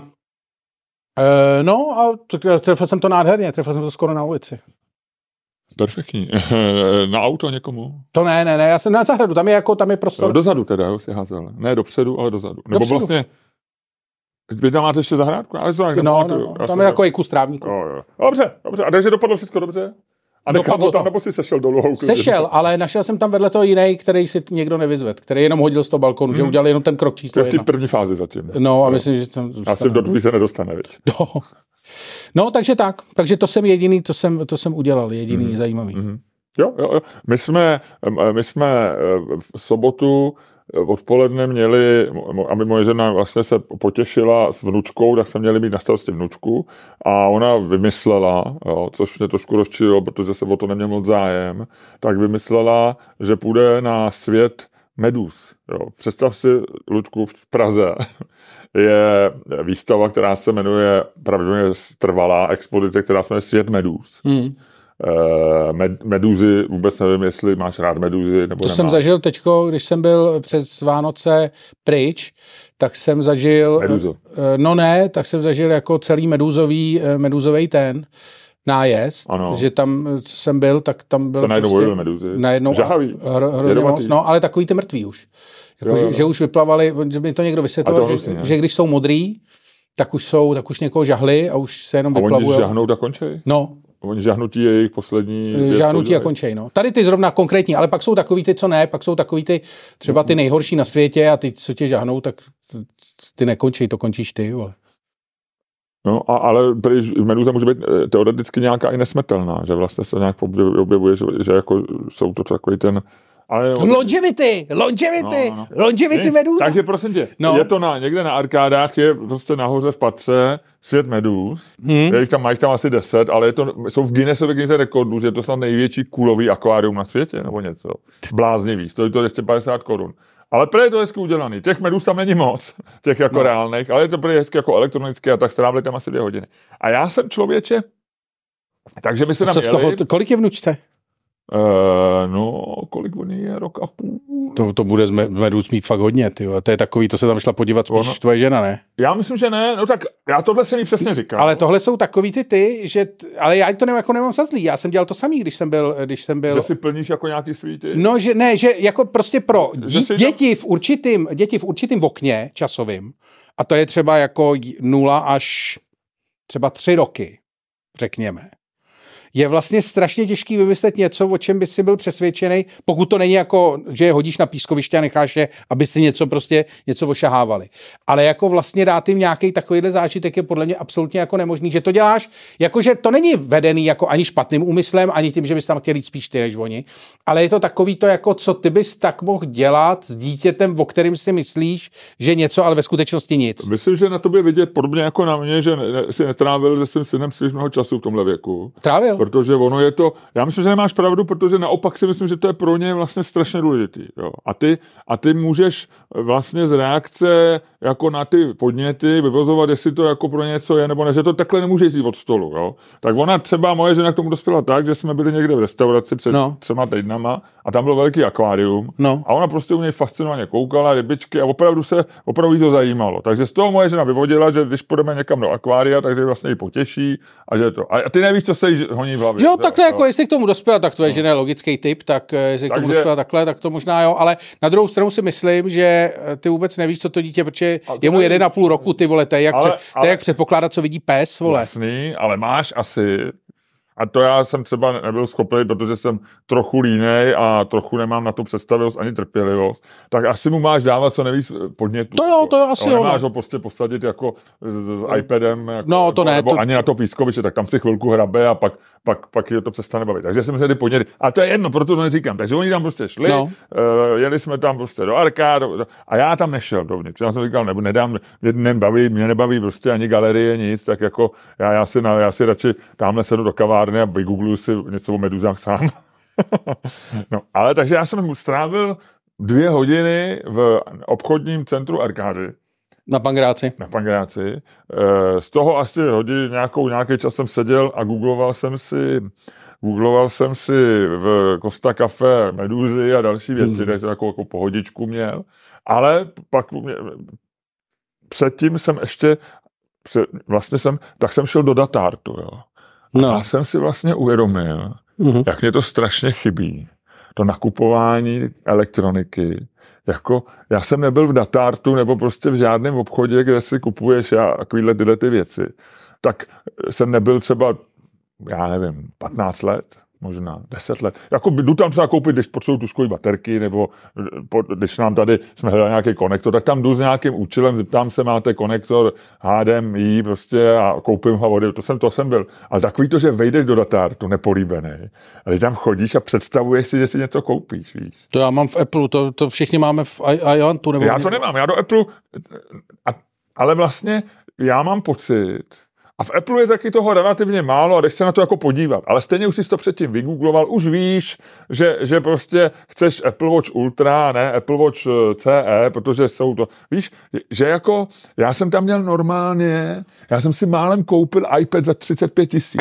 e, no a t- trefil jsem to nádherně, trefil jsem to skoro na ulici. Perfektní. Na auto někomu? To ne, ne, ne, já jsem na zahradu, tam je jako, tam je prostor. Jo, dozadu teda, jo, si házel. Ne dopředu, ale dozadu. Nebo Dopředu. vlastně, vy tam máte ještě zahrádku? Ale to No, no, no, tam je jako i kus trávníku. Jo, jo. Dobře, dobře. A takže dopadlo všechno dobře? A nechal Dopadlo to tam, to. nebo si sešel dolů houku? Sešel, ale našel jsem tam vedle toho jiný, který si t- někdo nevyzved, který jenom hodil z toho balkonu, hmm. že udělal jenom ten krok To číslo je v té jedna. první fázi zatím. No a Jo. myslím, že tam zůstane. Asi do druhé se nedostane, viď? No. no, takže tak. Takže to jsem jediný, to jsem, to jsem udělal, jediný Mhm. zajímavý. Mhm. Jo, jo, jo. My jsme, my jsme v sobotu odpoledne měli, aby moje žena vlastně se potěšila s vnučkou, tak jsme měli mít na starosti vnučku a ona vymyslela, jo, což mě trošku rozčililo, protože se o to neměl moc zájem, tak vymyslela, že půjde na svět medúz. Jo. Představ si, Luďku, v Praze je výstava, která se jmenuje pravděpodobně trvalá expozice, která se jmenuje Svět medúz. Hmm. Med, medúzy, vůbec nevím, jestli máš rád medúzy, nebo To nemáš. jsem zažil teďko, když jsem byl přes Vánoce pryč, tak jsem zažil... Medúzu. No ne, tak jsem zažil jako celý medúzový, medúzový ten nájezd, Ano. že tam, co jsem byl, tak tam byl Se najednou prostě... vojily medúzy. Najednou Žahavý. Hro, hrozně Jedovatý. moc, no, ale takový ty mrtví už. Jako, Jo, jo, že, jo. že už vyplavali, že mi to někdo A vysvětloval, to že, hnusný, ne? že když jsou modrý, tak už jsou, tak už někoho žahli a už se jenom A oni vyplavují. žahnou a končej? No, Oni žahnutí je jejich poslední věc, co žáhnutí a dělají. končej, no. Tady ty zrovna konkrétní, ale pak jsou takový ty, co ne, pak jsou takový ty, třeba ty nejhorší na světě a ty, co tě žahnou, tak ty nekončí, to končíš ty, vole. No, a, ale prý medúza může být eh, teoreticky nějaká i nesmrtelná, že vlastně se nějak objevuje, že, že jako jsou to takový ten... Ale, Longevity, longevity, No, no, no. longevity Nic, medúza. Takže prosím tě, No. je to na, někde na arkádách, je prostě nahoře v patře Svět medúz, Hmm. je jich tam, mají tam asi deset, ale je to, jsou v Guinnessově knize rekordů, že je to snad největší kulový akvárium na světě, nebo něco. Bláznivý, stojí to dvě stě padesát korun. Ale prý je to hezky udělaný. Těch medúz tam není moc, těch jako No. reálných, ale je to prý hezky jako elektronicky a tak strávili tam asi dvě hodiny. A já jsem člověče, takže my se tam Co z jeli. toho, kolik je vnučce? Uh, no, kolik on je, rok a půl. To, to bude z me- medůz mít fakt hodně, ty. To je takový, to se tam šla podívat spíš Ono- tvoje žena, ne? Já myslím, že ne, no tak já tohle jsem jí přesně říkal. Ale tohle jsou takový ty ty, že, t- ale já to ne, jako nemám za zlý. Já jsem dělal to samý, když jsem byl, když jsem byl. Že si plníš jako nějaký svý ty... No, že ne, že jako prostě pro Že dí, si tam- děti v určitým, děti v určitým okně časovým, a to je třeba jako nula až třeba tři roky, řekněme, je vlastně strašně těžký vymyslet něco, o čem by si byl přesvědčený, pokud to není jako, že je hodíš na pískoviště a necháš je, aby si něco prostě, něco ošahávali. Ale jako vlastně dát jim nějaký takovýhle zážitek je podle mě absolutně jako nemožný, že to děláš, jakože to není vedený jako ani špatným úmyslem, ani tím, že bys tam chtěl jít spíš ty než oni, ale je to takový to jako, co ty bys tak mohl dělat s dítětem, o kterým si myslíš, že něco, ale ve skutečnosti nic. Myslím, že na tobě vidět podobně jako na mě, že ne, si netrávil se svým synem příliš mnoho času v tomhle věku. Trávil? Protože ono je to, já myslím, že nemáš pravdu, protože naopak si myslím, že to je pro ně vlastně strašně důležitý. Jo. A, ty, a ty můžeš vlastně z reakce jako na ty podněty vyvozovat, jestli to jako pro něco je, nebo ne, že to takhle nemůže jít od stolu. Jo. Tak ona třeba, moje žena k tomu dospěla tak, že jsme byli někde v restauraci před no. třema týdnama a tam byl velký akvárium no. a ona prostě u něj fascinovaně koukala, rybičky a opravdu se, opravdu jí to zajímalo. Takže z toho moje žena vyvodila, že když půjdeme někam do akvária, takže vlastně ji potěší a že to. A ty nevíš, co se jí honí v hlavě. Jo, takhle, jako jestli k tomu dospěla, tak to je, no. že ne logický tip, tak jestli k tomu takže... dospěla takhle, tak to možná jo, ale na druhou stranu si myslím, že ty vůbec nevíš, co to dítě, protože je mu jeden a půl roku, ty vole, to je jak, ale, před, ale... jak předpokládat, co vidí pes, vole. Jasný, ale máš asi, a to já jsem třeba nebyl schopný, protože jsem trochu línej a trochu nemám na tu představivost ani trpělivost, tak asi mu máš dávat co nevíc podnětů. To jo, to jo, asi ale jo. Nemáš ho prostě posadit jako s, s iPadem, jako, no, to ne, nebo to... ani na to pískoviče, tak tam si chvilku hrabe a pak, pak, pak je to přestane bavit. Takže jsem se ty podněty, a to je jedno, proto to neříkám. Takže oni tam prostě šli, no. uh, jeli jsme tam prostě do arkádu a já tam nešel dovnitř. Já jsem říkal, nebo nedám, mě nebaví, mě nebaví prostě ani galerie, nic, tak jako já, já, si, na, já si radši tamhle sedu do kavárny a vygoogluju si něco o meduzách sám. No, ale takže já jsem strávil dvě hodiny v obchodním centru arkády. Na Pangráci. Na Pangráci. Z toho asi hodin nějakou, nějaký čas jsem seděl a googloval jsem si googloval jsem si v Costa Café medúzy a další věci, hmm. takže jsem takovou jako pohodičku měl. Ale pak mě, předtím jsem ještě před, vlastně jsem, tak jsem šel do Datartu, jo. No. A já jsem si vlastně uvědomil, mm-hmm. jak mě to strašně chybí. To nakupování elektroniky. Jako, já jsem nebyl v Datartu nebo prostě v žádném obchodě, kde si kupuješ a takovýhle tyhle ty věci. Tak jsem nebyl třeba, já nevím, patnáct let, možná deset let. Jako jdu tam třeba koupit, když potřebuji tuškový baterky, nebo když nám tady jsme hledali nějaký konektor, tak tam jdu s nějakým účelem, zeptám se, máte konektor H D M I prostě a koupím ho vody. To jsem, to jsem byl. Ale takový to, že vejdeš do Datartu, nepolíbený, a ty tam chodíš a představuješ si, že si něco koupíš, víš. To já mám v Apple, to, to všichni máme v iONtu. Nebo já to nemám, já do Apple, a, ale vlastně já mám pocit, a v Apple je taky toho relativně málo a jdeš se na to jako podívat. Ale stejně už jsi to předtím vygoogloval, už víš, že, že prostě chceš Apple Watch Ultra, ne Apple Watch C E, protože jsou to, víš, že jako, já jsem tam měl normálně, já jsem si málem koupil iPad za třicet pět tisíc,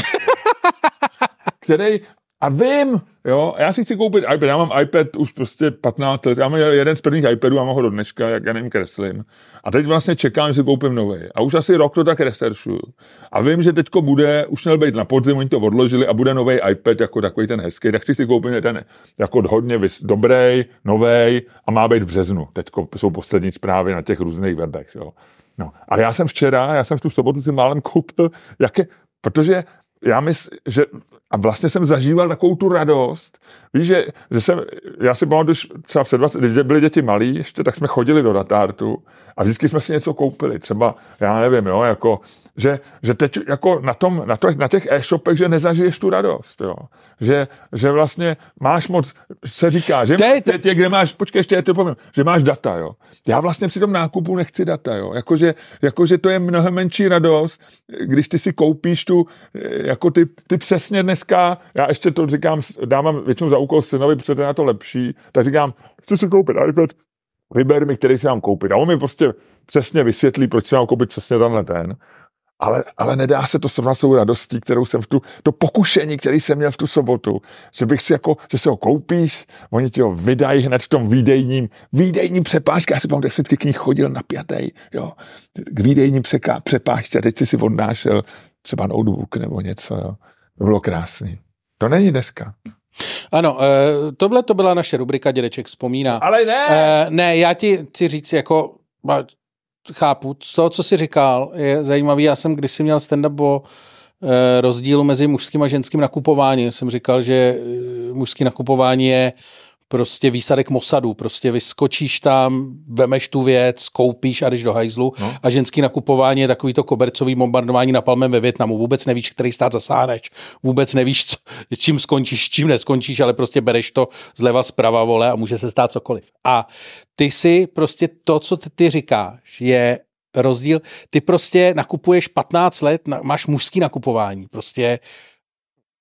který, a vím, jo, já si chci koupit iPad, já mám iPad už prostě patnáct let, já mám jeden z prvních iPadů, já mám ho do dneška, jak já nevím, kreslím. A teď vlastně čekám, že si koupím nový. A už asi rok to tak researchuju. A vím, že teďko bude, už měl být na podzim, oni to odložili a bude nový iPad jako takový ten hezký, tak si si koupím ten jako hodně vys, dobrý, nový a má být v březnu. Teďko jsou poslední zprávy na těch různých webech, jo. No, ale já jsem včera, já jsem v tu sobotu si málem koupil, jaké, protože já myslím, že a vlastně jsem zažíval takovou tu radost. Víš, že, že jsem, já si pamatuju, když třeba před dvaceti, když byli děti malí ještě, tak jsme chodili do Datartu a vždycky jsme si něco koupili. Třeba, já nevím, jo, jako, že, že teď jako na, tom, na, to, na těch e-shopech, že nezažiješ tu radost, jo. Že, že vlastně máš moc, se říká, že te, te... Tě, kde máš, počkej, ještě já to povím, že máš data, jo. Já vlastně při tom nákupu nechci data, jo. Jakože, jakože to je mnohem menší radost, když ty si koupíš tu, jako ty, ty přesně dneska, já ještě to říkám, dávám většinou za úkol synovi, protože to je na to lepší, tak říkám, chci si koupit iPad, vyber mi, který si mám koupit. A on mi prostě přesně vysvětlí, proč si mám koupit přesně tenhle ten. Ale, ale nedá se to srovnat s tou radostí, kterou jsem v tu, to pokušení, který jsem měl v tu sobotu, že bych si jako, že si ho koupíš, oni ti ho vydají hned v tom výdejním, výdejním přepážce, já si pamatuju, jak jsem vždycky k ní chodil napjatej, jo, k výdejním přepážce, a teď si si odnášel třeba notebook nebo něco, jo. To bylo krásný. To není dneska. Ano, tohle to byla naše rubrika Dědeček vzpomíná. Ale ne! Ne, já ti chci říct, jako chápu, z toho, co jsi říkal, je zajímavý. Já jsem kdysi měl stand-up o rozdílu mezi mužským a ženským nakupováním. Jsem říkal, že mužský nakupování je prostě výsadek Mossadu, prostě vyskočíš tam, vemeš tu věc, koupíš a jdeš do hajzlu. No. A ženský nakupování je takový to kobercový bombardování napalmem ve Vietnamu. Vůbec nevíš, který stát zasáhneš. Vůbec nevíš, co, s čím skončíš, s čím neskončíš, ale prostě bereš to zleva zprava, vole, a může se stát cokoliv. A ty si prostě to, co ty, ty říkáš, je rozdíl. Ty prostě nakupuješ patnáct let, máš mužský nakupování. Prostě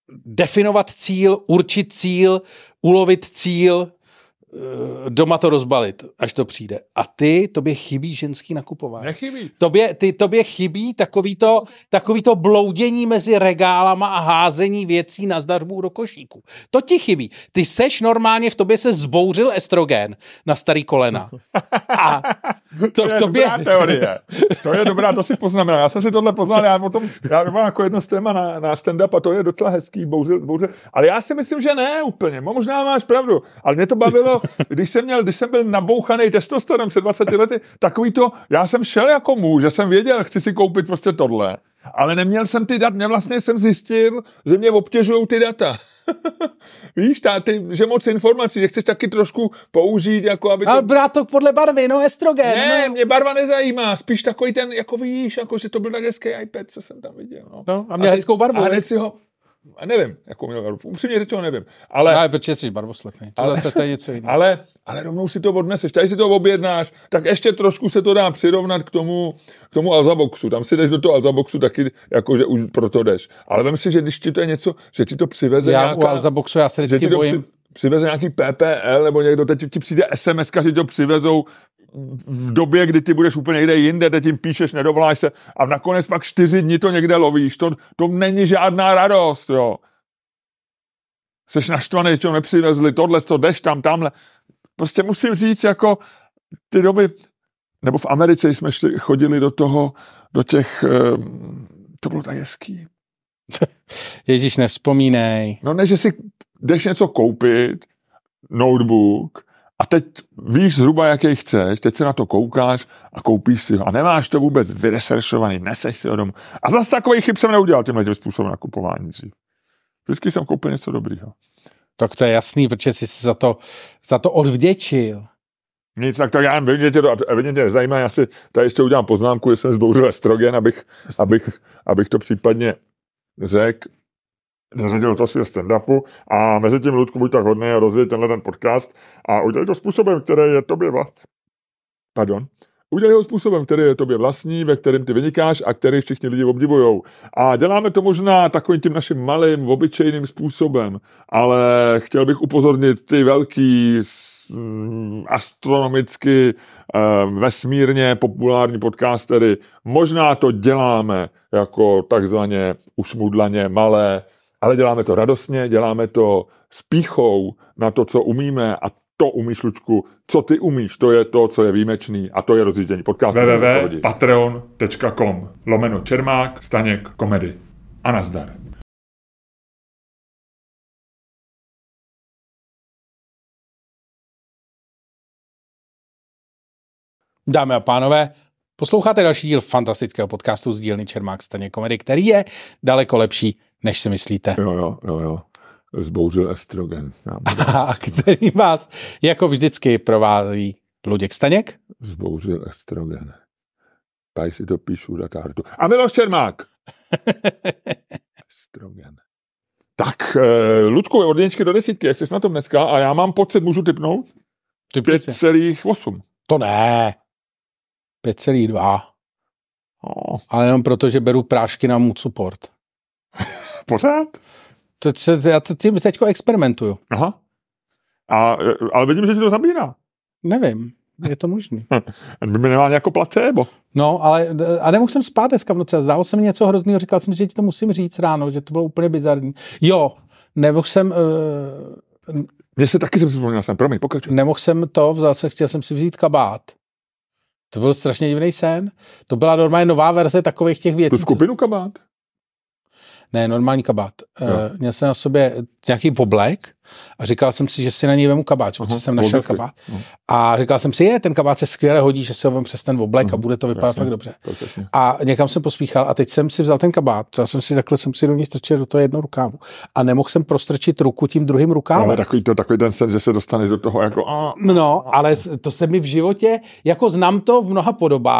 definovat cíl, určit cíl, ulovit cíl, doma to rozbalit, až to přijde. A ty, tobě chybí ženský nakupování. Nechybí. Tobě, ty, tobě chybí takový to, takový to bloudění mezi regálama a házení věcí na zdařbu do košíku. To ti chybí. Ty seš normálně, v tobě se zbouřil estrogen na starý kolena. A to, to v je tobě... dobrá teorie. To je dobrá, to si poznamenal. Já jsem si tohle poznal, já potom, já mám jako jedno z téma na, na stand-up a to je docela hezký, bouřil, bouřil. Ale já si myslím, že ne úplně. Možná máš pravdu. Ale mě to bavilo, když jsem měl, když jsem byl nabouchaný testosteronem před dvaceti lety, takový to, já jsem šel jako muž, že jsem věděl, chci si koupit prostě tohle. Ale neměl jsem ty data, vlastně jsem zjistil, že mě obtěžují ty data. Víš, ta, ty, že moc informací, že chceš taky trošku použít, jako aby to... Ale brát to podle barvy, no estrogen. Ne, no. mě barva nezajímá, spíš takový ten, jako víš, jako že to byl tak hezký iPad, co jsem tam viděl. No, no a měl hezkou barvu. A hned si ho... A nevím, jako měl barvu. Upřímně řečeno nevím. Ale, ale protože jsi barvoslepný. To ale, to je něco jiného. Ale, ale rovnou si to odneseš, tady si to objednáš, tak ještě trošku se to dá přirovnat k tomu, k tomu Alzaboxu. Tam si jdeš do toho Alzaboxu taky, jakože už proto jdeš. Ale vem si, že když ti to je něco, že ti to přiveze já, nějaká... U Alzaboxu já se vždycky bojím. Při, přiveze nějaký P P L, nebo někdo, teď ti přijde es em eska, že to přivezou v době, kdy ty budeš úplně někde jinde, teď tím píšeš, nedovoláš se a nakonec pak čtyři dny to někde lovíš. To, to není žádná radost, jo. Seš naštvaný, že to nepřivezli, tohle, to jdeš tam, tamhle. Prostě musím říct, jako ty doby, nebo v Americe jsme šli, chodili do toho, do těch, to bylo tak hezký. Ježíš, nevzpomínej. No ne, že si jdeš něco koupit, notebook, a teď víš zhruba, jaký chceš, teď se na to koukáš a koupíš si ho. A nemáš to vůbec vyresearchovaný, neseš si ho domů. A zase takový chyb jsem neudělal tímhle způsobem nakupování dřív. Vždycky jsem koupil něco dobrýho. Tak to je jasný, protože jsi si za to, za to odvděčil. Nic, tak, tak já evidentně tě to evidentně nezajímá. Já si tady ještě udělám poznámku, že jsem zbouřil estrogen, abych, abych, abych to případně řekl. Zařadil to svého stand-upu a mezi tím, Ludku, buď tak hodný a rozjeď tenhle ten podcast a udělej to způsobem, který je tobě vlastní. Pardon. Udělej ho způsobem, který je tobě vlastní, ve kterém ty vynikáš a který všichni lidi obdivujou. A děláme to možná takovým tím naším malým, obyčejným způsobem, ale chtěl bych upozornit ty velký, astronomicky, vesmírně populární podcastery. Možná to děláme jako takzvaně ušmudlaně malé, ale děláme to radostně, děláme to s pýchou na to, co umíme a to umíš, Lučku, co ty umíš, to je to, co je výjimečný a to je rozjíždění podcastu. w w w tečka patreon tečka com lomeno Čermák Staněk komedy. A nazdar. Dámy a pánové, posloucháte další díl fantastického podcastu z dílny Čermák Staněk komedy, který je daleko lepší, než si myslíte. Jo, jo, jo, jo. Zbouřil estrogen. A který vás jako vždycky provází Luděk Staněk. Zbouřil estrogen. Tady si to píšu za kartu. A Miloš Čermák. Estrogen. Tak, Luďku, od jedničky do desítky, jak jsi na tom dneska? A já mám pocit, můžu tipnout? pět celá osm. To ne. pět celá dva. Oh. Ale jenom proto, že beru prášky na mood support. Pořád? To, to, já to tím teďko experimentuju. Aha. A, ale vidím, že ti to zabírá. Nevím, je to možný. By mi nemal jako placebo. No, ale a nemohl jsem spát dneska v noci a zdálo se mi něco hroznýho, říkal jsem, že ti to musím říct ráno, že to bylo úplně bizarní. Jo, nemohl jsem... Uh, Mně se taky jsem si vzpomněl, jsem, promiň, pokračuj. Nemohl jsem to, vzal se, chtěl jsem si vzít kabát. To byl strašně divný sen. To byla normálně nová verze takových těch věcí. Tu skupinu kabát? Ne, normální kabát. Uh, měl jsem na sobě nějaký oblek a říkal jsem si, že si na něj vemu kabát, protože uh-huh, jsem našel logicky. kabát. Uh-huh. A říkal jsem si, je, ten kabát se skvěle hodí, že si ho vem přes ten oblek uh-huh. a bude to vypadat Jasně. fakt dobře. Perfektně. A někam jsem pospíchal a teď jsem si vzal ten kabát, já jsem si takhle jsem si do ní strčil do toho jednoho rukávu. A nemohl jsem prostrčit ruku tím druhým rukávem. Ale takový, to, takový ten sen, že se dostaneš do toho jako... No, ale to se mi v životě, jako znám to v mnoha podobách,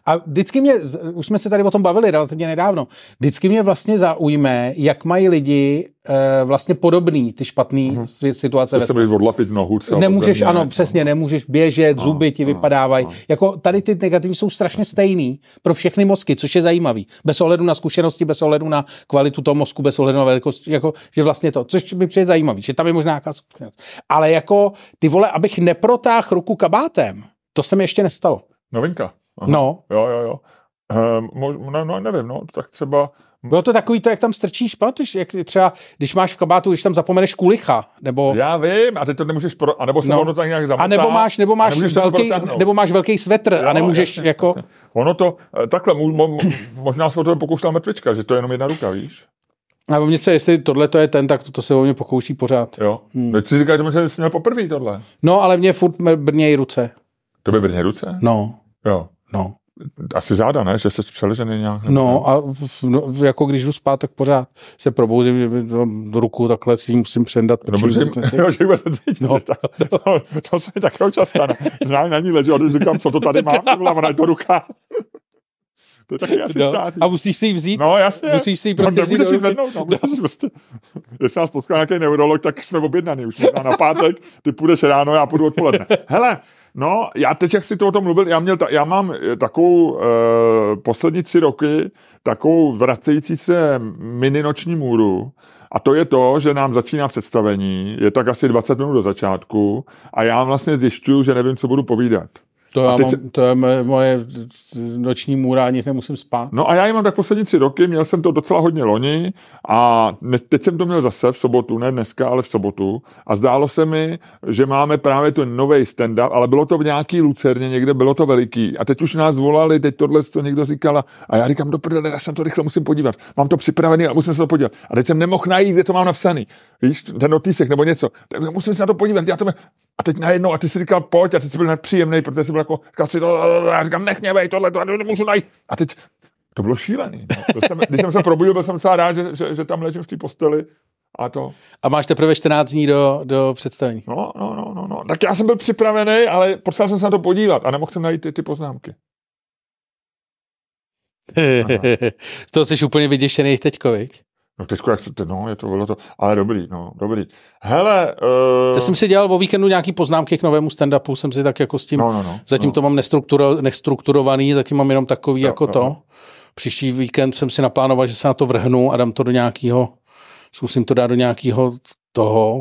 A vždycky mě, už jsme se tady o tom bavili relativně nedávno, vždycky mě vlastně zaujme, jak mají lidi e, vlastně podobný ty špatný uh-huh. situace. To se budeš odlapit nohu celou Nemůžeš, země, ano, přesně, nemůžeš běžet, no, zuby ti no, vypadávají. no. Jako tady ty negativy jsou strašně stejný pro všechny mozky, což je zajímavý. Bez ohledu na zkušenosti, bez ohledu na kvalitu toho mozku, bez ohledu na velikost, jako, že vlastně to, což mi přijde zajímavý, že tam je možná nějaká zkušenost. Ale jako, ty vole, abych neprotáhl ruku kabátem, to se mi ještě nestalo. Novinka. Aha. No. Jo, jo, jo. Um, no, no, nevím, no, tak třeba... Bylo to takový to, jak tam strčíš, pamatuješ, jak třeba, když máš v kabátu, když tam zapomeneš kulicha, nebo... Já vím, a ty to nemůžeš, pro... a nebo se no. ono tak nějak zamotá. A nebo máš, nebo máš, velký, nebo máš velký svetr jo, a nemůžeš jasně, jako... Jasně. Ono to, takhle, mo, mo, možná se o to pokoušela mrtvička, že to je jenom jedna ruka, víš? A o mě se, jestli tohle to je ten, tak to, to se o mě pokouší pořád. Jo, hmm. teď si říkáš, že jsi měl poprvé tohle. No, ale mě furt brnějí ruce. To by brnějí ruce? No. Jo. No. Asi záda, ne? Že jsi přeležený nějak. No a no, jako když jdu spát, tak pořád se probouzím do ruku, takhle si musím přendat. No, protože no, no, to se mi takého čas stane. Znám na ní leží, a když říkám, co to tady mám, ona je to ruka. To je taky asi no, stát. A musíš si ji vzít? No jasně. Musíš si ji prostě no, vzít. Nemůžeš ji zvednout. No, no. Prostě, jestli nás potká nějaký neurolog, tak jsme objednaný. Už na pátek, ty půjdeš ráno, já půjdu odpoledne. Hele, no, já teď, jak jsi to o tom mluvil, já, měl ta, já mám takovou e, poslední tři roky takovou vracející se mini noční můru. A to je to, že nám začíná představení, je tak asi dvacet minut do začátku a já vlastně zjišťuju, že nevím, co budu povídat. To, já mám, se... to je moje noční můra, ani nemusím spát. No a já ji mám tak poslední tři roky, měl jsem to docela hodně loni a ne, teď jsem to měl zase v sobotu, ne dneska, ale v sobotu a zdálo se mi, že máme právě ten nový stand-up, ale bylo to v nějaký lucerně, někde bylo to veliký a teď už nás volali, teď tohle to někdo říkala a já říkám, do prdele, já jsem to rychle musím podívat, mám to připravený a musím se to podívat a teď jsem nemohl najít, kde to mám napsaný, víš, ten notýsek nebo něco, tak musím se na to podívat, já to mě... A teď najednou, a ty si říkal, pojď, a teď jsi byl nepříjemný, protože jsi byl jako, si to, já říkám, nech mě, vej, tohle, tohle, nemůžu najít. A teď, to bylo šílený. No. Jsem, když jsem se probudil, byl jsem docela rád, že, že, že tam ležím v té posteli a to. A máš teprve čtrnáct dní do, do představení. No, no, no, no, no. Tak já jsem byl připravený, ale potřeboval jsem se na to podívat a nemohl jsem najít ty, ty poznámky. Z toho jsi úplně vyděšený teďko, viď? No teďko, jak se, no, je to, bylo to, ale dobrý, no, dobrý. Hele, uh... Já jsem si dělal o víkendu nějaký poznámky k novému stand-upu, jsem si tak jako s tím, no, no, no, zatím no. to mám nestrukturo, nestrukturovaný, zatím mám jenom takový no, jako no, to. no. Příští víkend jsem si naplánoval, že se na to vrhnu a dám to do nějakého, zkusím to dát do nějakého toho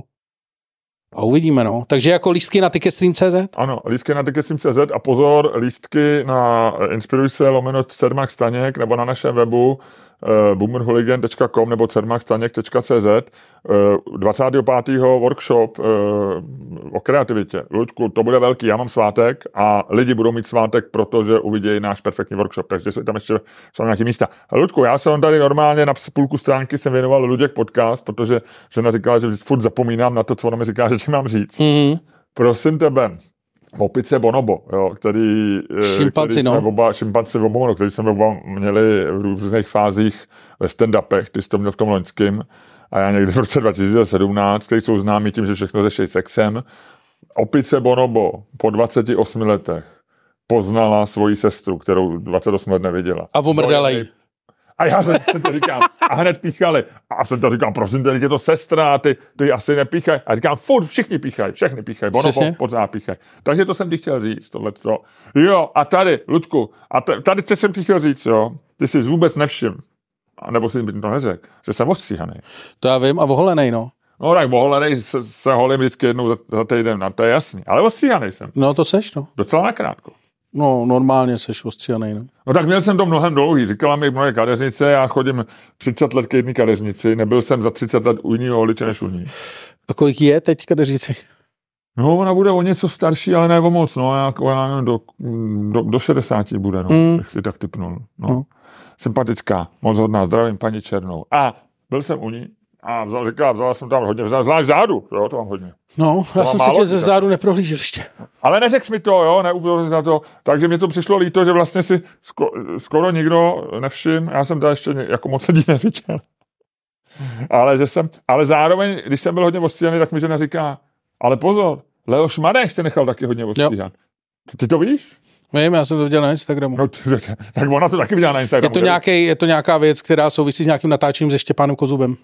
a uvidíme, no. Takže jako lístky na ticketstream tečka cé zet? Ano, lístky na ticketstream tečka cé zet a pozor, lístky na Inspiruj se lomeno Cermak Staněk nebo na našem webu uh, boomerhooligan tečka com nebo cermak staněk tečka cé zet uh, dvacátého pátého workshop uh, o kreativitě. Luďku, to bude velký, já mám svátek a lidi budou mít svátek, protože uvidějí náš perfektní workshop, takže tam ještě jsou nějaké místa. Luďku, já jsem tady normálně na půlku stránky jsem věnoval Luděk podcast, protože žena říkala, že furt zapomínám na to, co ona mi říká, že ti mám říct. Mm-hmm. Prosím tebe, opice bonobo, jo, který, šimpanci, který no. jsme oba, šimpanci oba, který jsme oba měli v různých fázích ve stand-upech, ty jsi to měl v tom loňském a já někdy v roce dva tisíce sedmnáct, který jsou známí tím, že všechno řeší sexem. Opice bonobo po dvaceti osmi letech poznala svoji sestru, kterou dvacet osm let neviděla. A omrdala jí. A já jsem to říkám, a hned píchali. A jsem to říkám, prosím, teď je to sestra, ty, ty asi nepíchaj. A říkám, furt, všichni píchají, všechny píchají, bonobo, pořád píchají. Takže to jsem ti chtěl říct, tohleto. Jo, a tady, Ludku, a t- tady co jsem ti chtěl říct, jo, ty jsi vůbec nevšim, a nebo jsi to neřekl, že jsem ostříhaný. To já vím, a oholenej, no. No tak oholenej se, se holím vždycky jednou za, za týden, no, to je jasný, ale ostříhaný jsem. No to seš, no. Docela nakrátko. No, normálně seš ostříhanej, no. No tak měl jsem to mnohem dlouhý, říkala mi moje kadeřnice, já chodím třicet let k jedné kadeřnici, nebyl jsem za třicet let u jiného holiče než u ní. A kolik je teď kadeřnici? No, ona bude o něco starší, ale ne o moc, no, jako, já nevím, do, do, do šedesáti bude, no, mm. jak si tak typnul, no. Mm. Sympatická, moc hodná, zdravím paní Černou. A byl jsem u ní a vzal, říkala, vzala jsem tam hodně, vzala, zvlášť zádu, jo, to mám hodně. No, já jsem si tě ze zádu neprohlížel ještě. Ale neřekl mi to, jo, neupozornil za to, takže mě to přišlo líto, že vlastně si sko, skoro nikdo nevšim, já jsem to ještě jako moc lidí neviděl. ale, že jsem, ale zároveň, když jsem byl hodně ostříhaný, tak mi žena říká, ale pozor, Leoš Marek se nechal taky hodně ostříhat. Ty to víš? Vím, já jsem to viděl na Instagramu. No, tak ona to taky viděla na Instagramu. Je to, nějaký, je to nějaká věc, která souvisí s nějakým natáčením se Štěpánem Kozubem.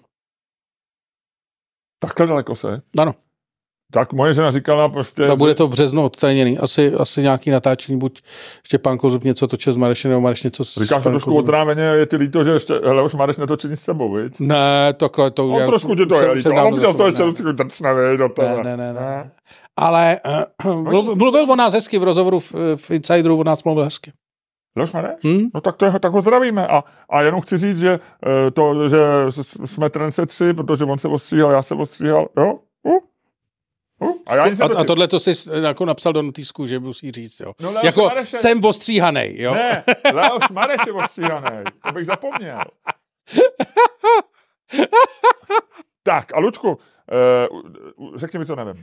Takhle daleko se? Ano. Tak moje žena říkala prostě... No, bude to v březnu odtajněný. Asi, asi nějaký natáčení, buď Štěpán Kozub něco točil s Marešem, nebo Mareš něco s Říkáš to trošku otráveně, je ti líto, že ještě Leoš Mareš netočí nic s sebou, viď? Ne, takhle to... No, já, trošku ti to je líto, ale on viděl z toho ještě trošku drcne, viď? Ne, ne, ne, ne. Ale uh, mluvil, mluvil o nás hezky v rozhovoru v, v Insideru, o nás mluvil hezky. Leoš Mareš? Hmm? No tak, to je, tak ho zdravíme. A, a jenom chci říct, že to, že jsme trendsetři, protože on se ostříhal, já se ostříhal, jo? Uh. Uh, a, já a, a tohle to jsi jako napsal do notýsku, že musí říct, jo. No, jako Mareše... jsem ostříhanej, jo. Ne, Leoš Mareš je ostříhanej, to bych zapomněl. Tak a Lučku, uh, řekni mi, co nevím.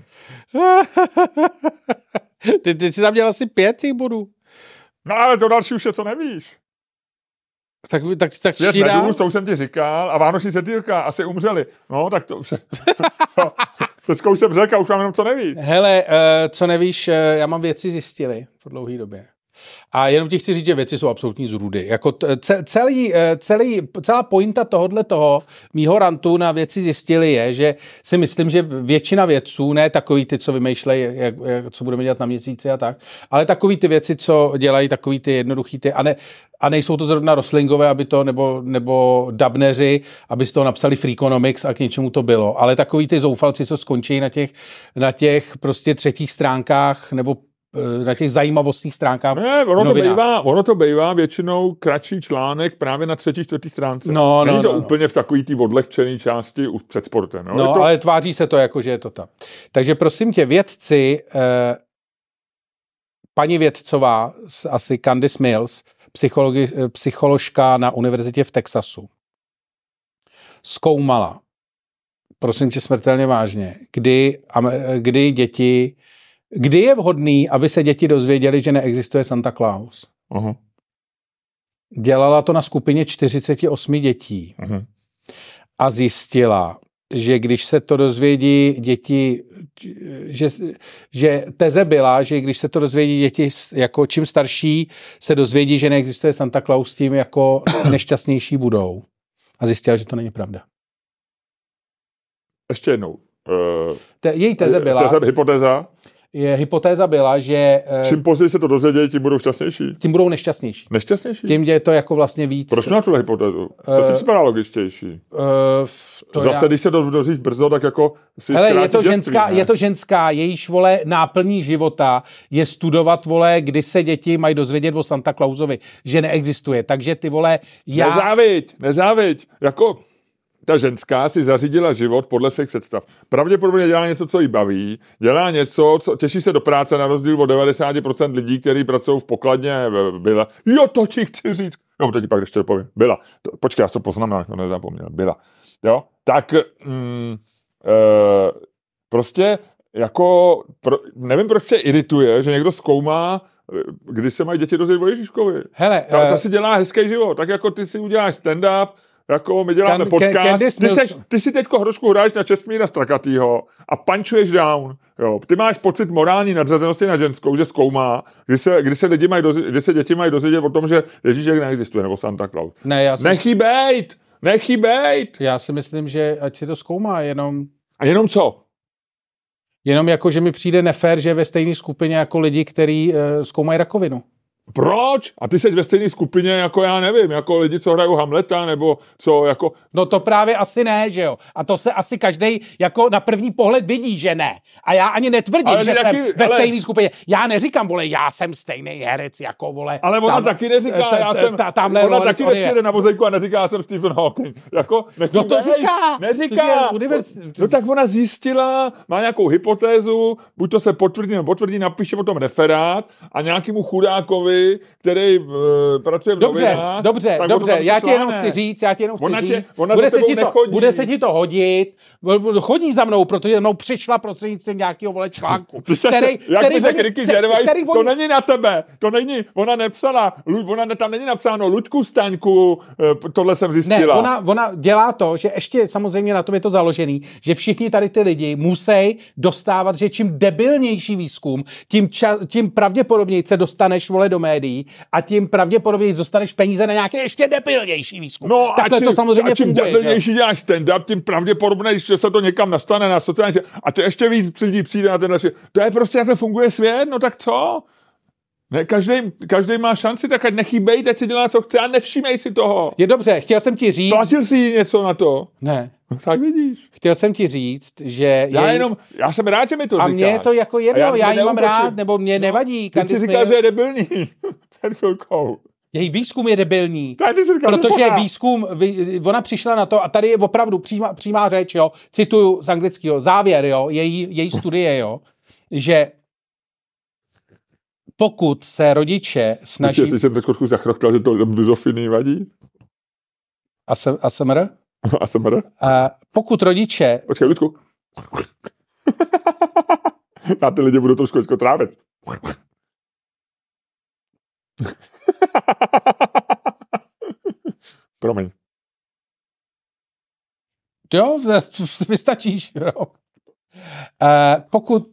ty, ty jsi tam měl asi pět těch bodů. No ale to další už je, co nevíš. Tak, tak, tak Svět nedůz, to už jsem ti říkal, a vánoční světýlka asi umřeli. No, tak to už všechno už jsem řekl a už mám jenom, co nevíš. Hele, uh, co nevíš, uh, já mám věci zjistili po dlouhé době. A jenom ti chci říct, že věci jsou absolutní zrůdy. Jako t- celý, celý, celá pointa tohohle toho mýho rantu na věci zjistili je, že si myslím, že většina vědců, ne takový ty, co vymýšlejí, jak, jak, co budeme dělat na měsíci a tak, ale takový ty věci, co dělají takový ty jednoduchý ty, a, ne, a nejsou to zrovna roslingové, aby to, nebo, nebo dabneři, aby z toho napsali Freakonomics a k něčemu to bylo, ale takový ty zoufalci, co skončí na těch, na těch prostě třetích stránkách, nebo na těch zajímavostních stránkách. Ne, ono to, bývá, ono to bývá většinou kratší článek právě na třetí, čtvrtý stránce. No, Není no, to no, úplně no. v takový té odlehčené části už před sportem. No, no to... ale tváří se to jako, že je to tam. Takže prosím tě, vědci, eh, paní vědcová, asi Candice Mills, psychologi, psycholožka na univerzitě v Texasu, zkoumala, prosím tě smrtelně vážně, kdy, kdy děti Kdy je vhodný, aby se děti dozvěděli, že neexistuje Santa Claus? Uh-huh. Dělala to na skupině čtyřicet osm dětí uh-huh. a zjistila, že když se to dozvědí děti, že, že teze byla, že když se to dozvědí děti, jako čím starší se dozvědí, že neexistuje Santa Claus, tím jako nešťastnější budou. A zjistila, že to není pravda. Ještě jednou. Uh, Te, její teze byla... Teze, hypotéza? Je, hypotéza byla, že... Čím později se to dozvědějí, tím budou šťastnější. Tím budou nešťastnější. Nešťastnější? Tím je to jako vlastně víc... Proč na tuhle hypotézu? Co ti připadá logičtější? Uh, to Zase, já... když se dozvíš brzo, tak jako si Hele, zkrátí je to dětství, ženská, je to ženská, jejíž, vole, náplní života je studovat, vole, kdy se děti mají dozvědět o Santa Clausovi, že neexistuje. Takže ty, vole, já... Nezáviď, nezáviď. Jako... Ta ženská si zařídila život podle svých představ. Pravděpodobně dělá něco, co jí baví, dělá něco, co těší se do práce na rozdíl od devadesát procent lidí, kteří pracují v pokladně. Byla. Jo, to ti chci říct. No, teď pak ještě povím. Byla. To, počkej, já to poznamenal, to nezapomněl. Byla. Jo, tak mm, e, prostě jako, pro, nevím, proč tě irituje, že někdo zkoumá, kdy se mají děti dozvědět o Ježíškovi. Hele, ta, ta uh... si dělá hezký život, tak jako ty si uděláš stand-up, jako my děláme Can, podcast, can, ty, seš, ty si teďko hrošku hráš na Čestmíra Strakatýho a pančuješ down. Jo. Ty máš pocit morální nadřazenosti na ženskou, že zkoumá, kdy se, kdy se, lidi mají dozvědět, kdy se děti mají dozvědět o tom, že Ježíšek neexistuje, nebo Santa Claus. Ne, já si... Nechybejt! Nechybejt! Já si myslím, že ať si to zkoumá, jenom... A jenom co? Jenom jako, že mi přijde nefér, že ve stejné skupině jako lidi, kteří uh, zkoumají rakovinu. Proč? A ty jsi ve stejné skupině jako já nevím, jako lidi, co hrajou Hamleta, nebo co jako... No to právě asi ne, že jo. A to se asi každej jako na první pohled vidí, že ne. A já ani netvrdím, ale že taky, jsem ve ale... stejné skupině. Já neříkám, vole, já jsem stejný herec, jako, vole... Ale ona tam, taky neříká, t- já jsem... T- tamhle ona taky nepřijde na vozejku a neříká, já jsem Stephen Hawking. Jako, no to říká. Neříká. No tak ona zjistila, má nějakou hypotézu, buď to se potvrdí, nebo potvrdí, napíše o tom referát a nějakému chudákovi Šimkovi, který uh, pracuje v Dobře, novinách, dobře, dobře, já ti jenom chci říct, já ti jenom chci ona tě, říct, ona bude, se ti to, nechodí. bude se ti to hodit, chodí za mnou, protože mnou přišla prostřednictvím nějakého vole článku. Ty se, který, jak který by řekl oni- Ricky který- Gervais, který to oni- není na tebe, to není, ona nepsala, Lu- ona tam není napsáno, Luďku Staňku, eh, tohle jsem zjistila. Ne, ona, ona dělá to, že ještě samozřejmě na tom je to založený, že všichni tady ty lidi musí dostávat, že čím debilnější výzkum, tím, ča, tím pravděpodobněji se dostaneš vole do médií a tím pravděpodobněji dostaneš peníze na nějaké ještě debilnější výzkum. No Takhle a čím, to samozřejmě a čím funguje. že? debilnější děláš stand-up, tím pravděpodobněji, že se to někam nastane na sociální sítě. A to ještě víc lidí přijde na tenhle svět. To je prostě, jak to funguje svět, no tak co? Ne, každý, každý má šanci, tak ať nechybej, ať si dělá, co chce a nevšímej si toho. Je dobře, chtěl jsem ti říct... Platil jsi něco na to? Ne, Tak vidíš. chtěl jsem ti říct, že... Já jej- jenom, já jsem rád, že mi to a říkáš. mně je to jako jedno, A já, to ji mám neutočím. rád, nebo mě nevadí. Ty jsi Candice říkal, Mayer- že je debilní. Před chvilkou. Její výzkum je debilní. Tak ty jsi říkal, že Protože pořád. výzkum, vy- ona přišla na to, a tady je opravdu přímá, přímá řeč, jo, cituju z anglického, závěr, jo, její, její studie, jo, že pokud se rodiče snaží... Ještě jsem teď trošku zachroktal, že to buzofiný vadí. A, se, a smr? A jsem rád. A pokud rodiče... Počkej, Ludku. Já ty lidi budu trošku teďko trávit. Promiň. Jo, vystačíš, jo. A pokud...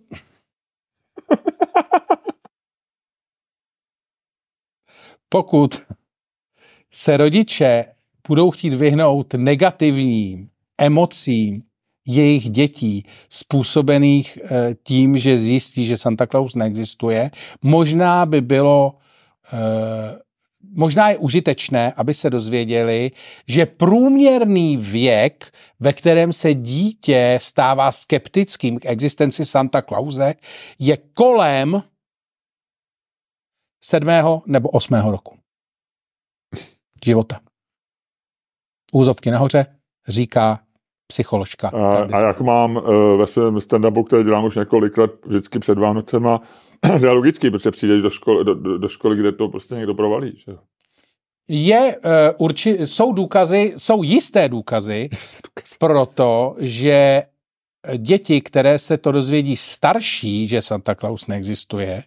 Pokud se rodiče budou chtít vyhnout negativním emocím jejich dětí způsobených eh, tím, že zjistí, že Santa Claus neexistuje, možná by bylo, eh, možná je užitečné, aby se dozvěděli, že průměrný věk, ve kterém se dítě stává skeptickým k existenci Santa Clause, je kolem sedmého nebo osmého roku života. Úzovky nahoře, říká psycholožka. A, a jak mám uh, ve svém stand-upu, který dělám už několik let, vždycky před Vánocema, to je logický, protože přijdeš do školy, do, do, do školy, kde to prostě někdo provalí. Že? Je, uh, urči, jsou důkazy, jsou jisté důkazy pro to, že děti, které se to dozvědí starší, že Santa Claus neexistuje,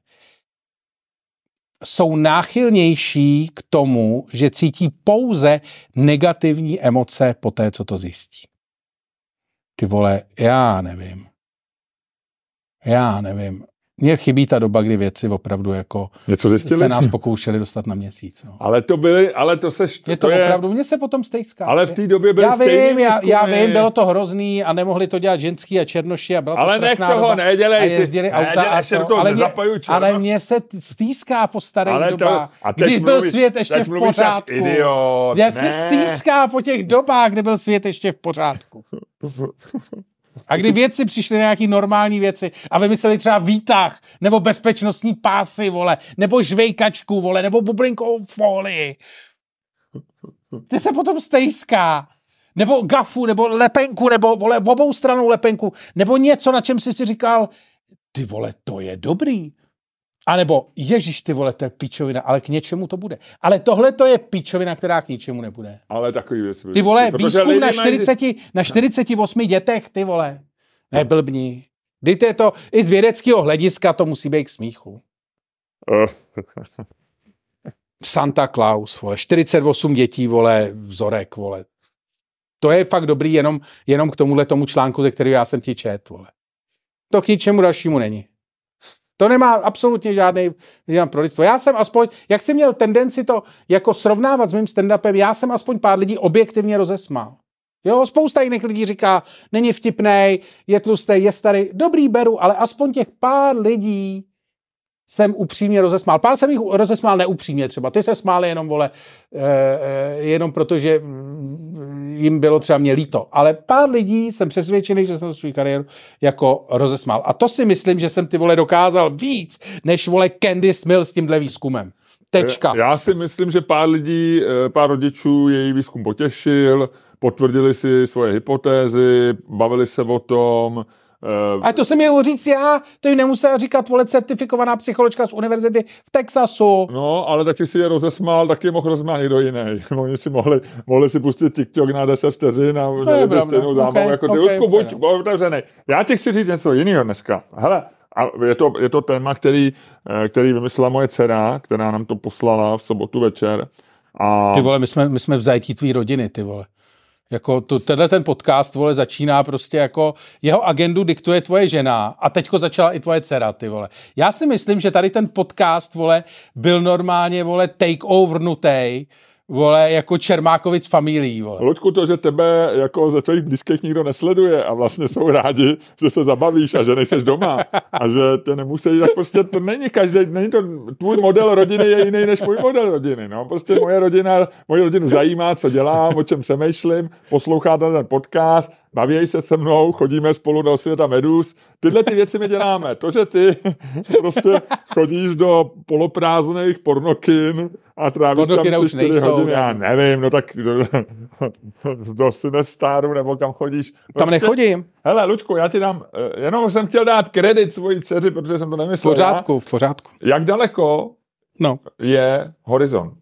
jsou náchylnější k tomu, že cítí pouze negativní emoce po té, co to zjistí. Ty vole, já nevím. Já nevím. Mně chybí ta doba, kdy věci opravdu jako Něco zjistili? se nás pokoušeli dostat na měsíc. No. Ale to byly, ale to seš... Je to, to opravdu, mně se potom stejská. Ale v té době byly já stejný vím, já, já výzkumy. vím, bylo to hrozný a nemohli to dělat ženský a černoši a byla to Ale nech strašná toho, doba. nedělej A ty. jezdili auta Nedělej, a ještě do to, toho ale, mě, nezapojuj černo. ale mě se t- stýská po starých Ale to- dobách, a teď kdy byl mluvíš- svět ještě teď v mluvíš jak pořádku. idiot, Já se ne. stýská po těch dobách, kdy byl svět ještě v pořádku. A kdy věci přišly nějaký normální věci a vymysleli třeba výtah, nebo bezpečnostní pásy, vole, nebo žvejkačku, vole, nebo bublinkovou folii. Ty se potom stejská. Nebo gafu, nebo lepenku, nebo vole, obou stranou lepenku, nebo něco, na čem jsi si říkal, ty vole, to je dobrý. A nebo, ježiš, ty vole, to je pičovina, ale k něčemu to bude. Ale tohle to je pičovina, která k ničemu nebude. Ale takový věc. Ty vole, Protože výzkum lidi na, mají- čtyřicet, na čtyřicet osm dětech, ty vole. Neblbni. Dejte to, i z vědeckého hlediska to musí být k smíchu. Eh, Santa Claus, vole, čtyřicet osm dětí, vole, vzorek, vole. To je fakt dobrý jenom, jenom k tomuhle tomu článku, ze kterého já jsem ti čet, vole. To k ničemu dalšímu není. To nemá absolutně žádný žádný pro lidstvo. Já jsem aspoň, jak jsem měl tendenci to jako srovnávat s mým stand-upem, já jsem aspoň pár lidí objektivně rozesmál. Jo, spousta jiných lidí říká, není vtipnej, je tlustej, je starý, dobrý beru, ale aspoň těch pár lidí jsem upřímně rozesmál. Pár jsem jich rozesmál neupřímně třeba. Ty se smáli jenom, vole, eh, eh, jenom protože mm, jim bylo třeba mě líto. Ale pár lidí jsem přesvědčený, že jsem svou kariéru jako rozesmál. A to si myslím, že jsem ty, vole, dokázal víc, než, vole, Candice Mill s tímhle výzkumem. Tečka. Já si myslím, že pár lidí, eh, pár rodičů její výzkum potěšil, potvrdili si svoje hypotézy, bavili se o tom Uh, A to jsem měl říct já, to jim nemusel říkat, vole, certifikovaná psycholožka z univerzity v Texasu. No, ale taky si je rozesmál, taky mohl rozmál někdo jiný. Oni si mohli, mohli si pustit TikTok na deset vteřin a měli stejnou zábavu okay, jako ty. okay, Ludku, buď otevřenej. Já ti chci říct něco jiného dneska. Hele, a je to, je to téma, který, který vymyslela moje dcera, která nám to poslala v sobotu večer. A... Ty vole, my jsme, my jsme v zajetí tvý rodiny, ty vole. Jako to, tenhle ten podcast, vole, začíná prostě jako jeho agendu diktuje tvoje žena a teďko začala i tvoje dcera, ty vole. Já si myslím, že tady ten podcast, vole, byl normálně, vole, takeover nutej, vole, jako Čermákovic familií, vole. Luďku, to, že tebe jako ze tvých blízkých nikdo nesleduje a vlastně jsou rádi, že se zabavíš a že nejseš doma a že tě nemusí, tak prostě to není každý, není to, tvůj model rodiny je jiný než můj model rodiny, no, prostě moje rodina, moji rodinu zajímá, co dělám, o čem přemýšlím, posloucháte ten podcast, baví se se mnou, chodíme spolu do světa Medus, tyhle ty věci my děláme, to, že ty prostě chodíš do poloprázdných pornokin a trávíš tam ty čtyři hodiny, já nevím, no tak do, do Sinestáru, nebo tam chodíš. Prostě, tam nechodím. Hele, Luďku, já ti dám, jenom jsem chtěl dát kredit svojí dceři, protože jsem to nemyslel. V pořádku, v pořádku. Jak daleko no. je horizont?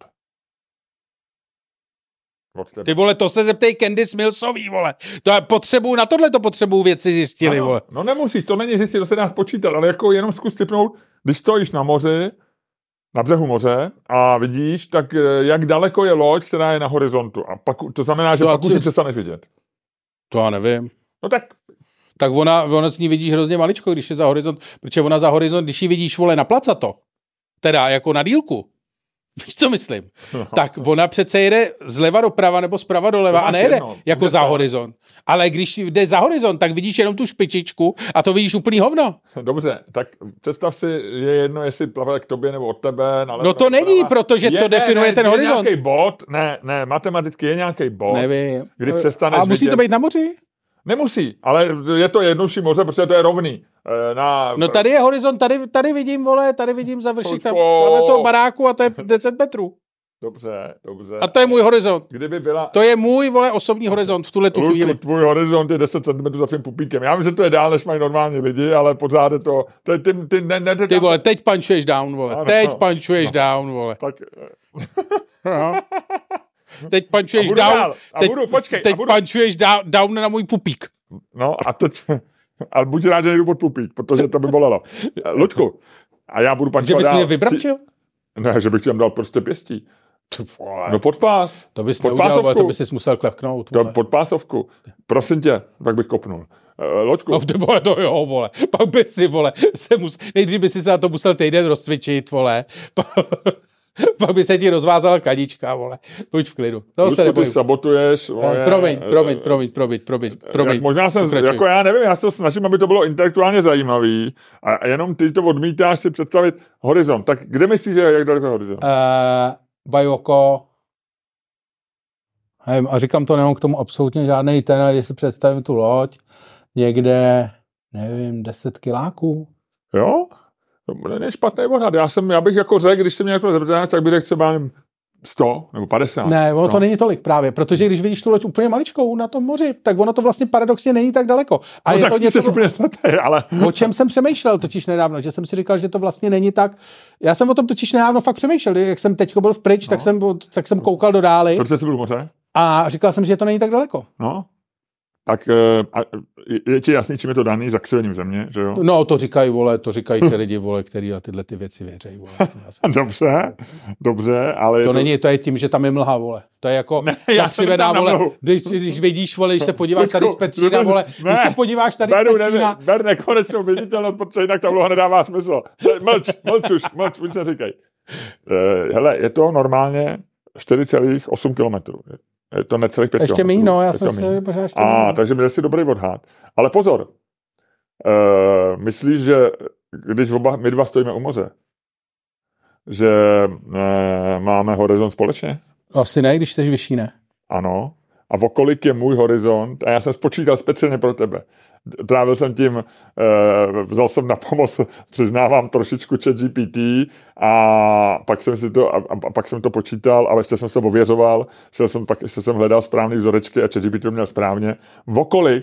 Ty vole, to se zeptej Candice Millsový, vole. To je potřebuju, na tohle to potřebuju věci zjistili, ano, vole. No nemusíš, to není zjistit, to se dá spočítat, ale jako jenom zkus typnout, když stojíš na moři, na břehu moře a vidíš, tak jak daleko je loď, která je na horizontu. A pak to znamená, že to pak už si přestaneš vidět. To já nevím. No tak. Tak ona, ona s ní vidí hrozně maličko, když je za horizont, protože ona za horizont, když ji vidíš, vole, na placato, teda jako na dílku, víš, co myslím? No. Tak ona přece jede zleva doprava nebo zprava doleva a nejede jedno, jako za to. Horizont. Ale když jde za horizont, tak vidíš jenom tu špičičku a to vidíš úplný hovno. Dobře, tak představ si, je jedno, jestli plave k tobě nebo od tebe. No to není, protože je, to definuje ne, ten je horizont. Je nějaký bod, ne, ne, matematicky je nějaký bod. Nevím. Kdy přestaneš a musí vidět. To být na moři? Nemusí, ale je to jednodušší moře, protože to je rovný. Na... No tady je horizont, tady, tady vidím, vole, tady vidím za vršek tam, toho baráku a to je deset metrů. Dobře, dobře. A to je můj horizont. Kdyby byla... To je můj, vole, osobní horizont v tuhle tu chvíli. Tvůj horizont je deset centimetrů za tím pupíkem. Já vím, že to je dál, než mají normální lidi, ale pořád je to... to je, ty, ty, ne, ne, ty, ty vole, teď punchuješ down, vole. Ano, teď no, punchuješ no, down, vole. Tak... no. Teď punchuješ down, dál, teď, budu, počkej, teď budu... punchuješ down, down na můj pupík. No a teď... Ale buď rád, že nejdu pod pupík, protože to by bolelo. Luďku, a já budu punchovat dál. Že bys mě vybrabčil? Ne, že bych ti tam dal prostě pěstí. No pod pás. To bys neudělal, ale to bys si musel klepknout. To pod pásovku. Prosím tě, pak bych kopnul. Uh, Loďku. No, ty vole, to jo, vole. Pak by si, vole, se mus... nejdřív by si se na to musel týden rozcvičit, vole. Pak by se ti rozvázala kadička, vole. Buď v klidu. To se nebojím. Ty sabotuješ. Moje... Promiň, promiň, promiň, promiň, promiň, promiň. Možná jsem, pokračuj. Jako já nevím, já se snažím, aby to bylo intelektuálně zajímavý a jenom ty to odmítáš si představit horizont. Tak kde myslíš, že jak daleko je horizont? Uh, Bajoko. Nevím, a říkám to, nemám k tomu absolutně žádnej ten, ale když si představím tu loď, někde, nevím, deset kiláků. Jo? To není špatný odhad. Já, jsem, já bych jako řekl, když se mě něco zeptáš, tak bych řekl třeba sto nebo padesát. Ne, ono to není tolik právě, protože když vidíš tu loď úplně maličkou na tom moři, tak ono to vlastně paradoxně není tak daleko. A no je tak to něco, úplně svatý, ale... O čem jsem přemýšlel totiž nedávno, že jsem si říkal, že to vlastně není tak. Já jsem o tom totiž nedávno fakt přemýšlel, jak jsem teďko byl v pryč, no. tak, jsem, tak jsem koukal do dály. Protože jsi byl moře? A říkal jsem, že to není tak daleko. No. Tak a je ti jasný, čím je to daný zakřivením země, že jo? No, to říkají, vole, to říkají ty lidi, vole, který a tyhle ty věci věřejí, vole. Dobře, dobře, ale... To, to není, to je tím, že tam je mlha, vole. To je jako zakřivená, vole, když, když vidíš, vole, když se podíváš Počku, tady z Petřína, vole, ne, když se podíváš tady beru, z Petřína... Ne, ber nekonečnou viditelnost, protože jinak ta vloha nedává smysl. Mlč, mlč už, mlč, už se říkej. Uh, hele, je to normálně čtyři celá osm kilometrů. Je to necelých pět ještě míň, no, já jsem si pořád ještě A, takže měl si dobrý odhad. Ale pozor, uh, myslíš, že když oba, my dva stojíme u moře, že uh, máme horizont společně? Asi ne, když jsi vyšší, ne. Ano. A o kolik je můj horizont? A já jsem spočítal speciálně pro tebe. Trávil jsem tím, uh, vzal jsem na pomoc, přiznávám trošičku ChatGPT a pak jsem si to, a, a pak jsem to počítal a ještě jsem se ověřoval, šel jsem, pak ještě jsem hledal správný vzorečky a ChatGPT to měl správně. O kolik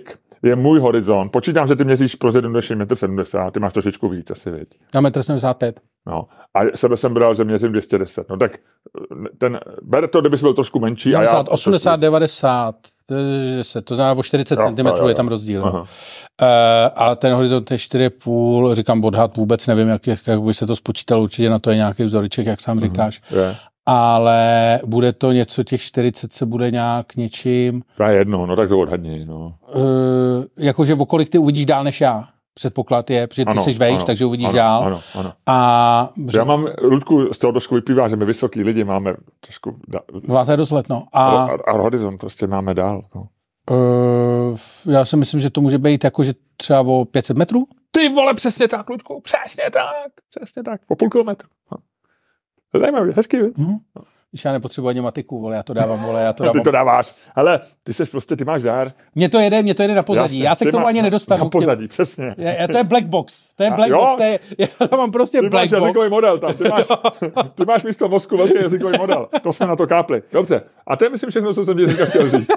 je můj horizont. Počítám, že ty měříš pro zjednodušení metr sedmdesát, ty máš trošičku víc asi, viď? Na metr sedmdesát pět. No. A sebe jsem bral, že měřím dvě stě deset. No tak ten, ber to, kdybys byl trošku menší. A já, osmdesát, devadesát, to znamená o čtyřicet centimetrů je tam rozdíl. Uh, a ten horizont je čtyři a půl, říkám odhad, vůbec nevím, jak, jak by se to spočítalo, určitě na to je nějaký vzoriček, jak sám říkáš. Uh-huh. Yeah. Ale bude to něco, těch čtyřicet se bude nějak něčím... To je jedno, no tak to odhadni, no. Uh, jakože okolik ty uvidíš dál než já. Předpoklad je, protože ty ano, jsi vejš, ano, takže uvidíš ano, dál. Ano, ano. A... Já mám, Ludku, z toho trošku vyplývá, že my vysoký lidi máme trošku... Máte dost let, no. A, a, a horizont prostě máme dál, no. Uh, já si myslím, že to může být jako, že třeba o pět set metrů. Ty vole, přesně tak, Ludku, přesně tak, přesně tak, po půl kilometru. No. Zajímavý, hezký, mm. no. Když já nepotřebuji ani matiku, vole, já to dávám, vole, já to dávám. Ty to dáváš, ale ty seš prostě, ty máš dár. Mně to jede, mně to jede na pozadí, jasně, já se k tomu má, ani nedostanu. Na pozadí, přesně. Já, já, to je black box, to je black a, box, to je, já tam mám prostě ty black box. Ty máš jazykový model tam, ty máš, ty máš místo mozku velký jazykový model, to jsme na to kápli. Dobře, a to je myslím všechno, co jsem ti říkal chtěl říct.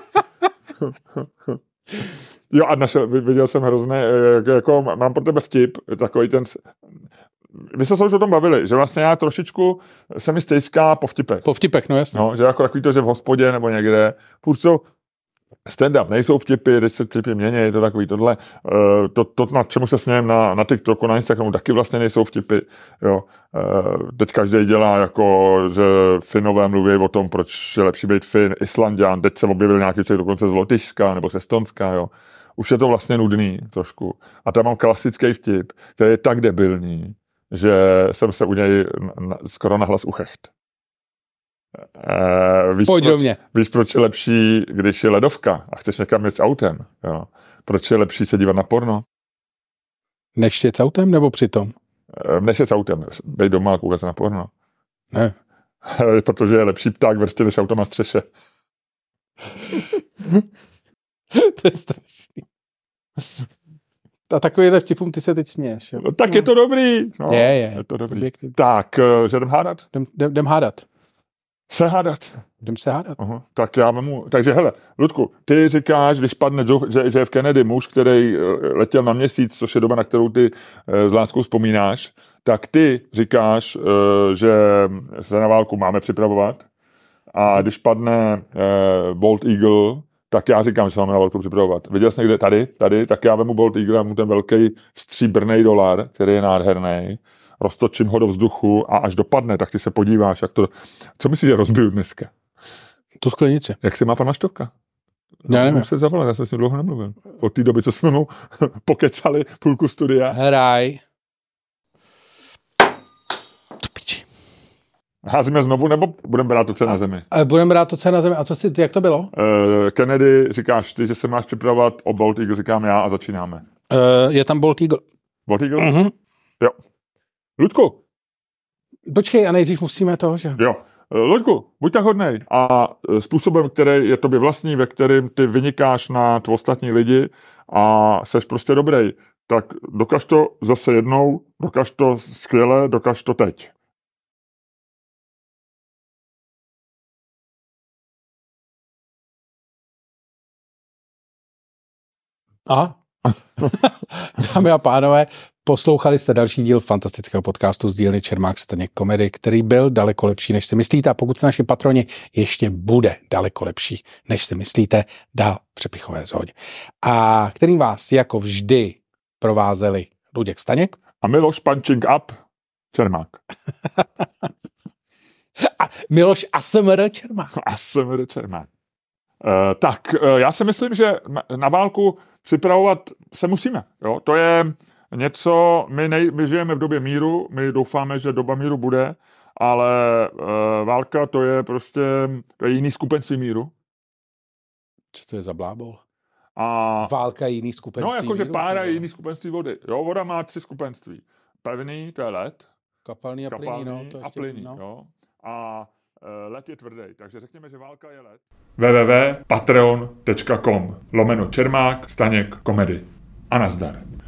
Jo a našel, viděl jsem hrozné, jako mám pro tebe vtip, takový ten... My jsme se už o tom bavili, že vlastně já trošičku se mi stejská po vtipech. Po vtipech, no jasně. No, že jako takový to, že v hospodě nebo někde, furt jsou stand-up, nejsou vtipy, teď se vtipy mění, je to takový tohle, uh, to, to, na čemu se smějem na, na TikToku, na Instagramu, taky vlastně nejsou vtipy, jo. Uh, teď každý dělá jako, že Finové mluví o tom, proč je lepší být Fin, Islanďan, teď se objevil nějaký člověk dokonce z Lotyšska nebo z Estonska, jo. Už je to vlastně nudný trošku. A tam mám klasický vtip, který je tak debilní, že jsem se u něj na, skoro nahlas uchecht. E, víš, Pojď proč, do mě. Víš, proč je lepší, když je ledovka a chceš někam jet s autem? Jo? Proč je lepší se dívat na porno? Než jet s autem nebo přitom? E, než jet s autem. Bej doma a koukat se na porno. Ne. E, protože je lepší pták vrstě než auto na střeše. To je strašný. A takovýhle vtipům ty se teď směješ. No, tak je to dobrý. No, je, je. je to dobrý. Objektiv. Tak, že jdem hádat? Jdem, jdem, jdem hádat. Se hádat. Jdem se hádat. Aha, tak já mu, takže hele, Ludku, ty říkáš, když padne J F Kennedy, muž, který letěl na měsíc, což je doba, na kterou ty s láskou vzpomínáš, tak ty říkáš, že se na válku máme připravovat a když padne Bolt Eagle, tak já říkám, že se máme na válku připravovat. Viděl jsi někde tady, tady, tak já vemu Bolt Eagle a mu ten velký stříbrný dolar, který je nádherný, roztočím ho do vzduchu a až dopadne, tak ty se podíváš, jak to... Co myslíš, že rozbiju dneska? Tu sklenici. Jak se má pan Maštovka? Já nevím. Se zavolal, já jsem s ním dlouho nemluvil. Od té doby, co jsme mu pokecali půlku studia. Hraj. Házíme znovu, nebo budeme brát to, co na zemi? Budeme brát to, co na zemi. A co si, jak to bylo? Uh, Kennedy, říkáš ty, že se máš připravovat, o Bolt Eagle říkám já a začínáme. Uh, je tam Bolt Eagle. Bolt Eagle? Uh-huh. Jo. Ludku. Počkej, a nejdřív musíme to, že? Jo. Ludku, buď tak hodnej. A způsobem, který je tobě vlastní, ve kterém ty vynikáš na ostatní lidi a seš prostě dobrý, tak dokaž to zase jednou, dokaž to skvěle, dokaž to teď. Aha. Dámy a pánové, poslouchali jste další díl fantastického podcastu z dílny Čermák Staněk Komedy, který byl daleko lepší, než si myslíte. A pokud jste naši patroni, ještě bude daleko lepší, než si myslíte, dál v přepichové zóně. A kterým vás jako vždy provázeli Luděk Staněk a Miloš Punching Up Čermák. A Miloš A S M R Čermák. A S M R Čermák. Uh, tak, uh, já si myslím, že na, na válku připravovat se musíme. Jo? To je něco, my, nej, my žijeme v době míru, my doufáme, že doba míru bude, ale uh, válka to je prostě to je jiný skupenství míru. Co to je za blábol? A válka je jiný skupenství míru? No, jakože pára je nebo? Jiný skupenství vody. Jo, voda má tři skupenství. Pevný, to je led. Kapalný a plyný, no. To a plyný, no. jo. A led je tvrdý, takže řekněme, že válka je led. w w w tečka patreon tečka com lomeno Čermák Staněk Komedy. A nazdar.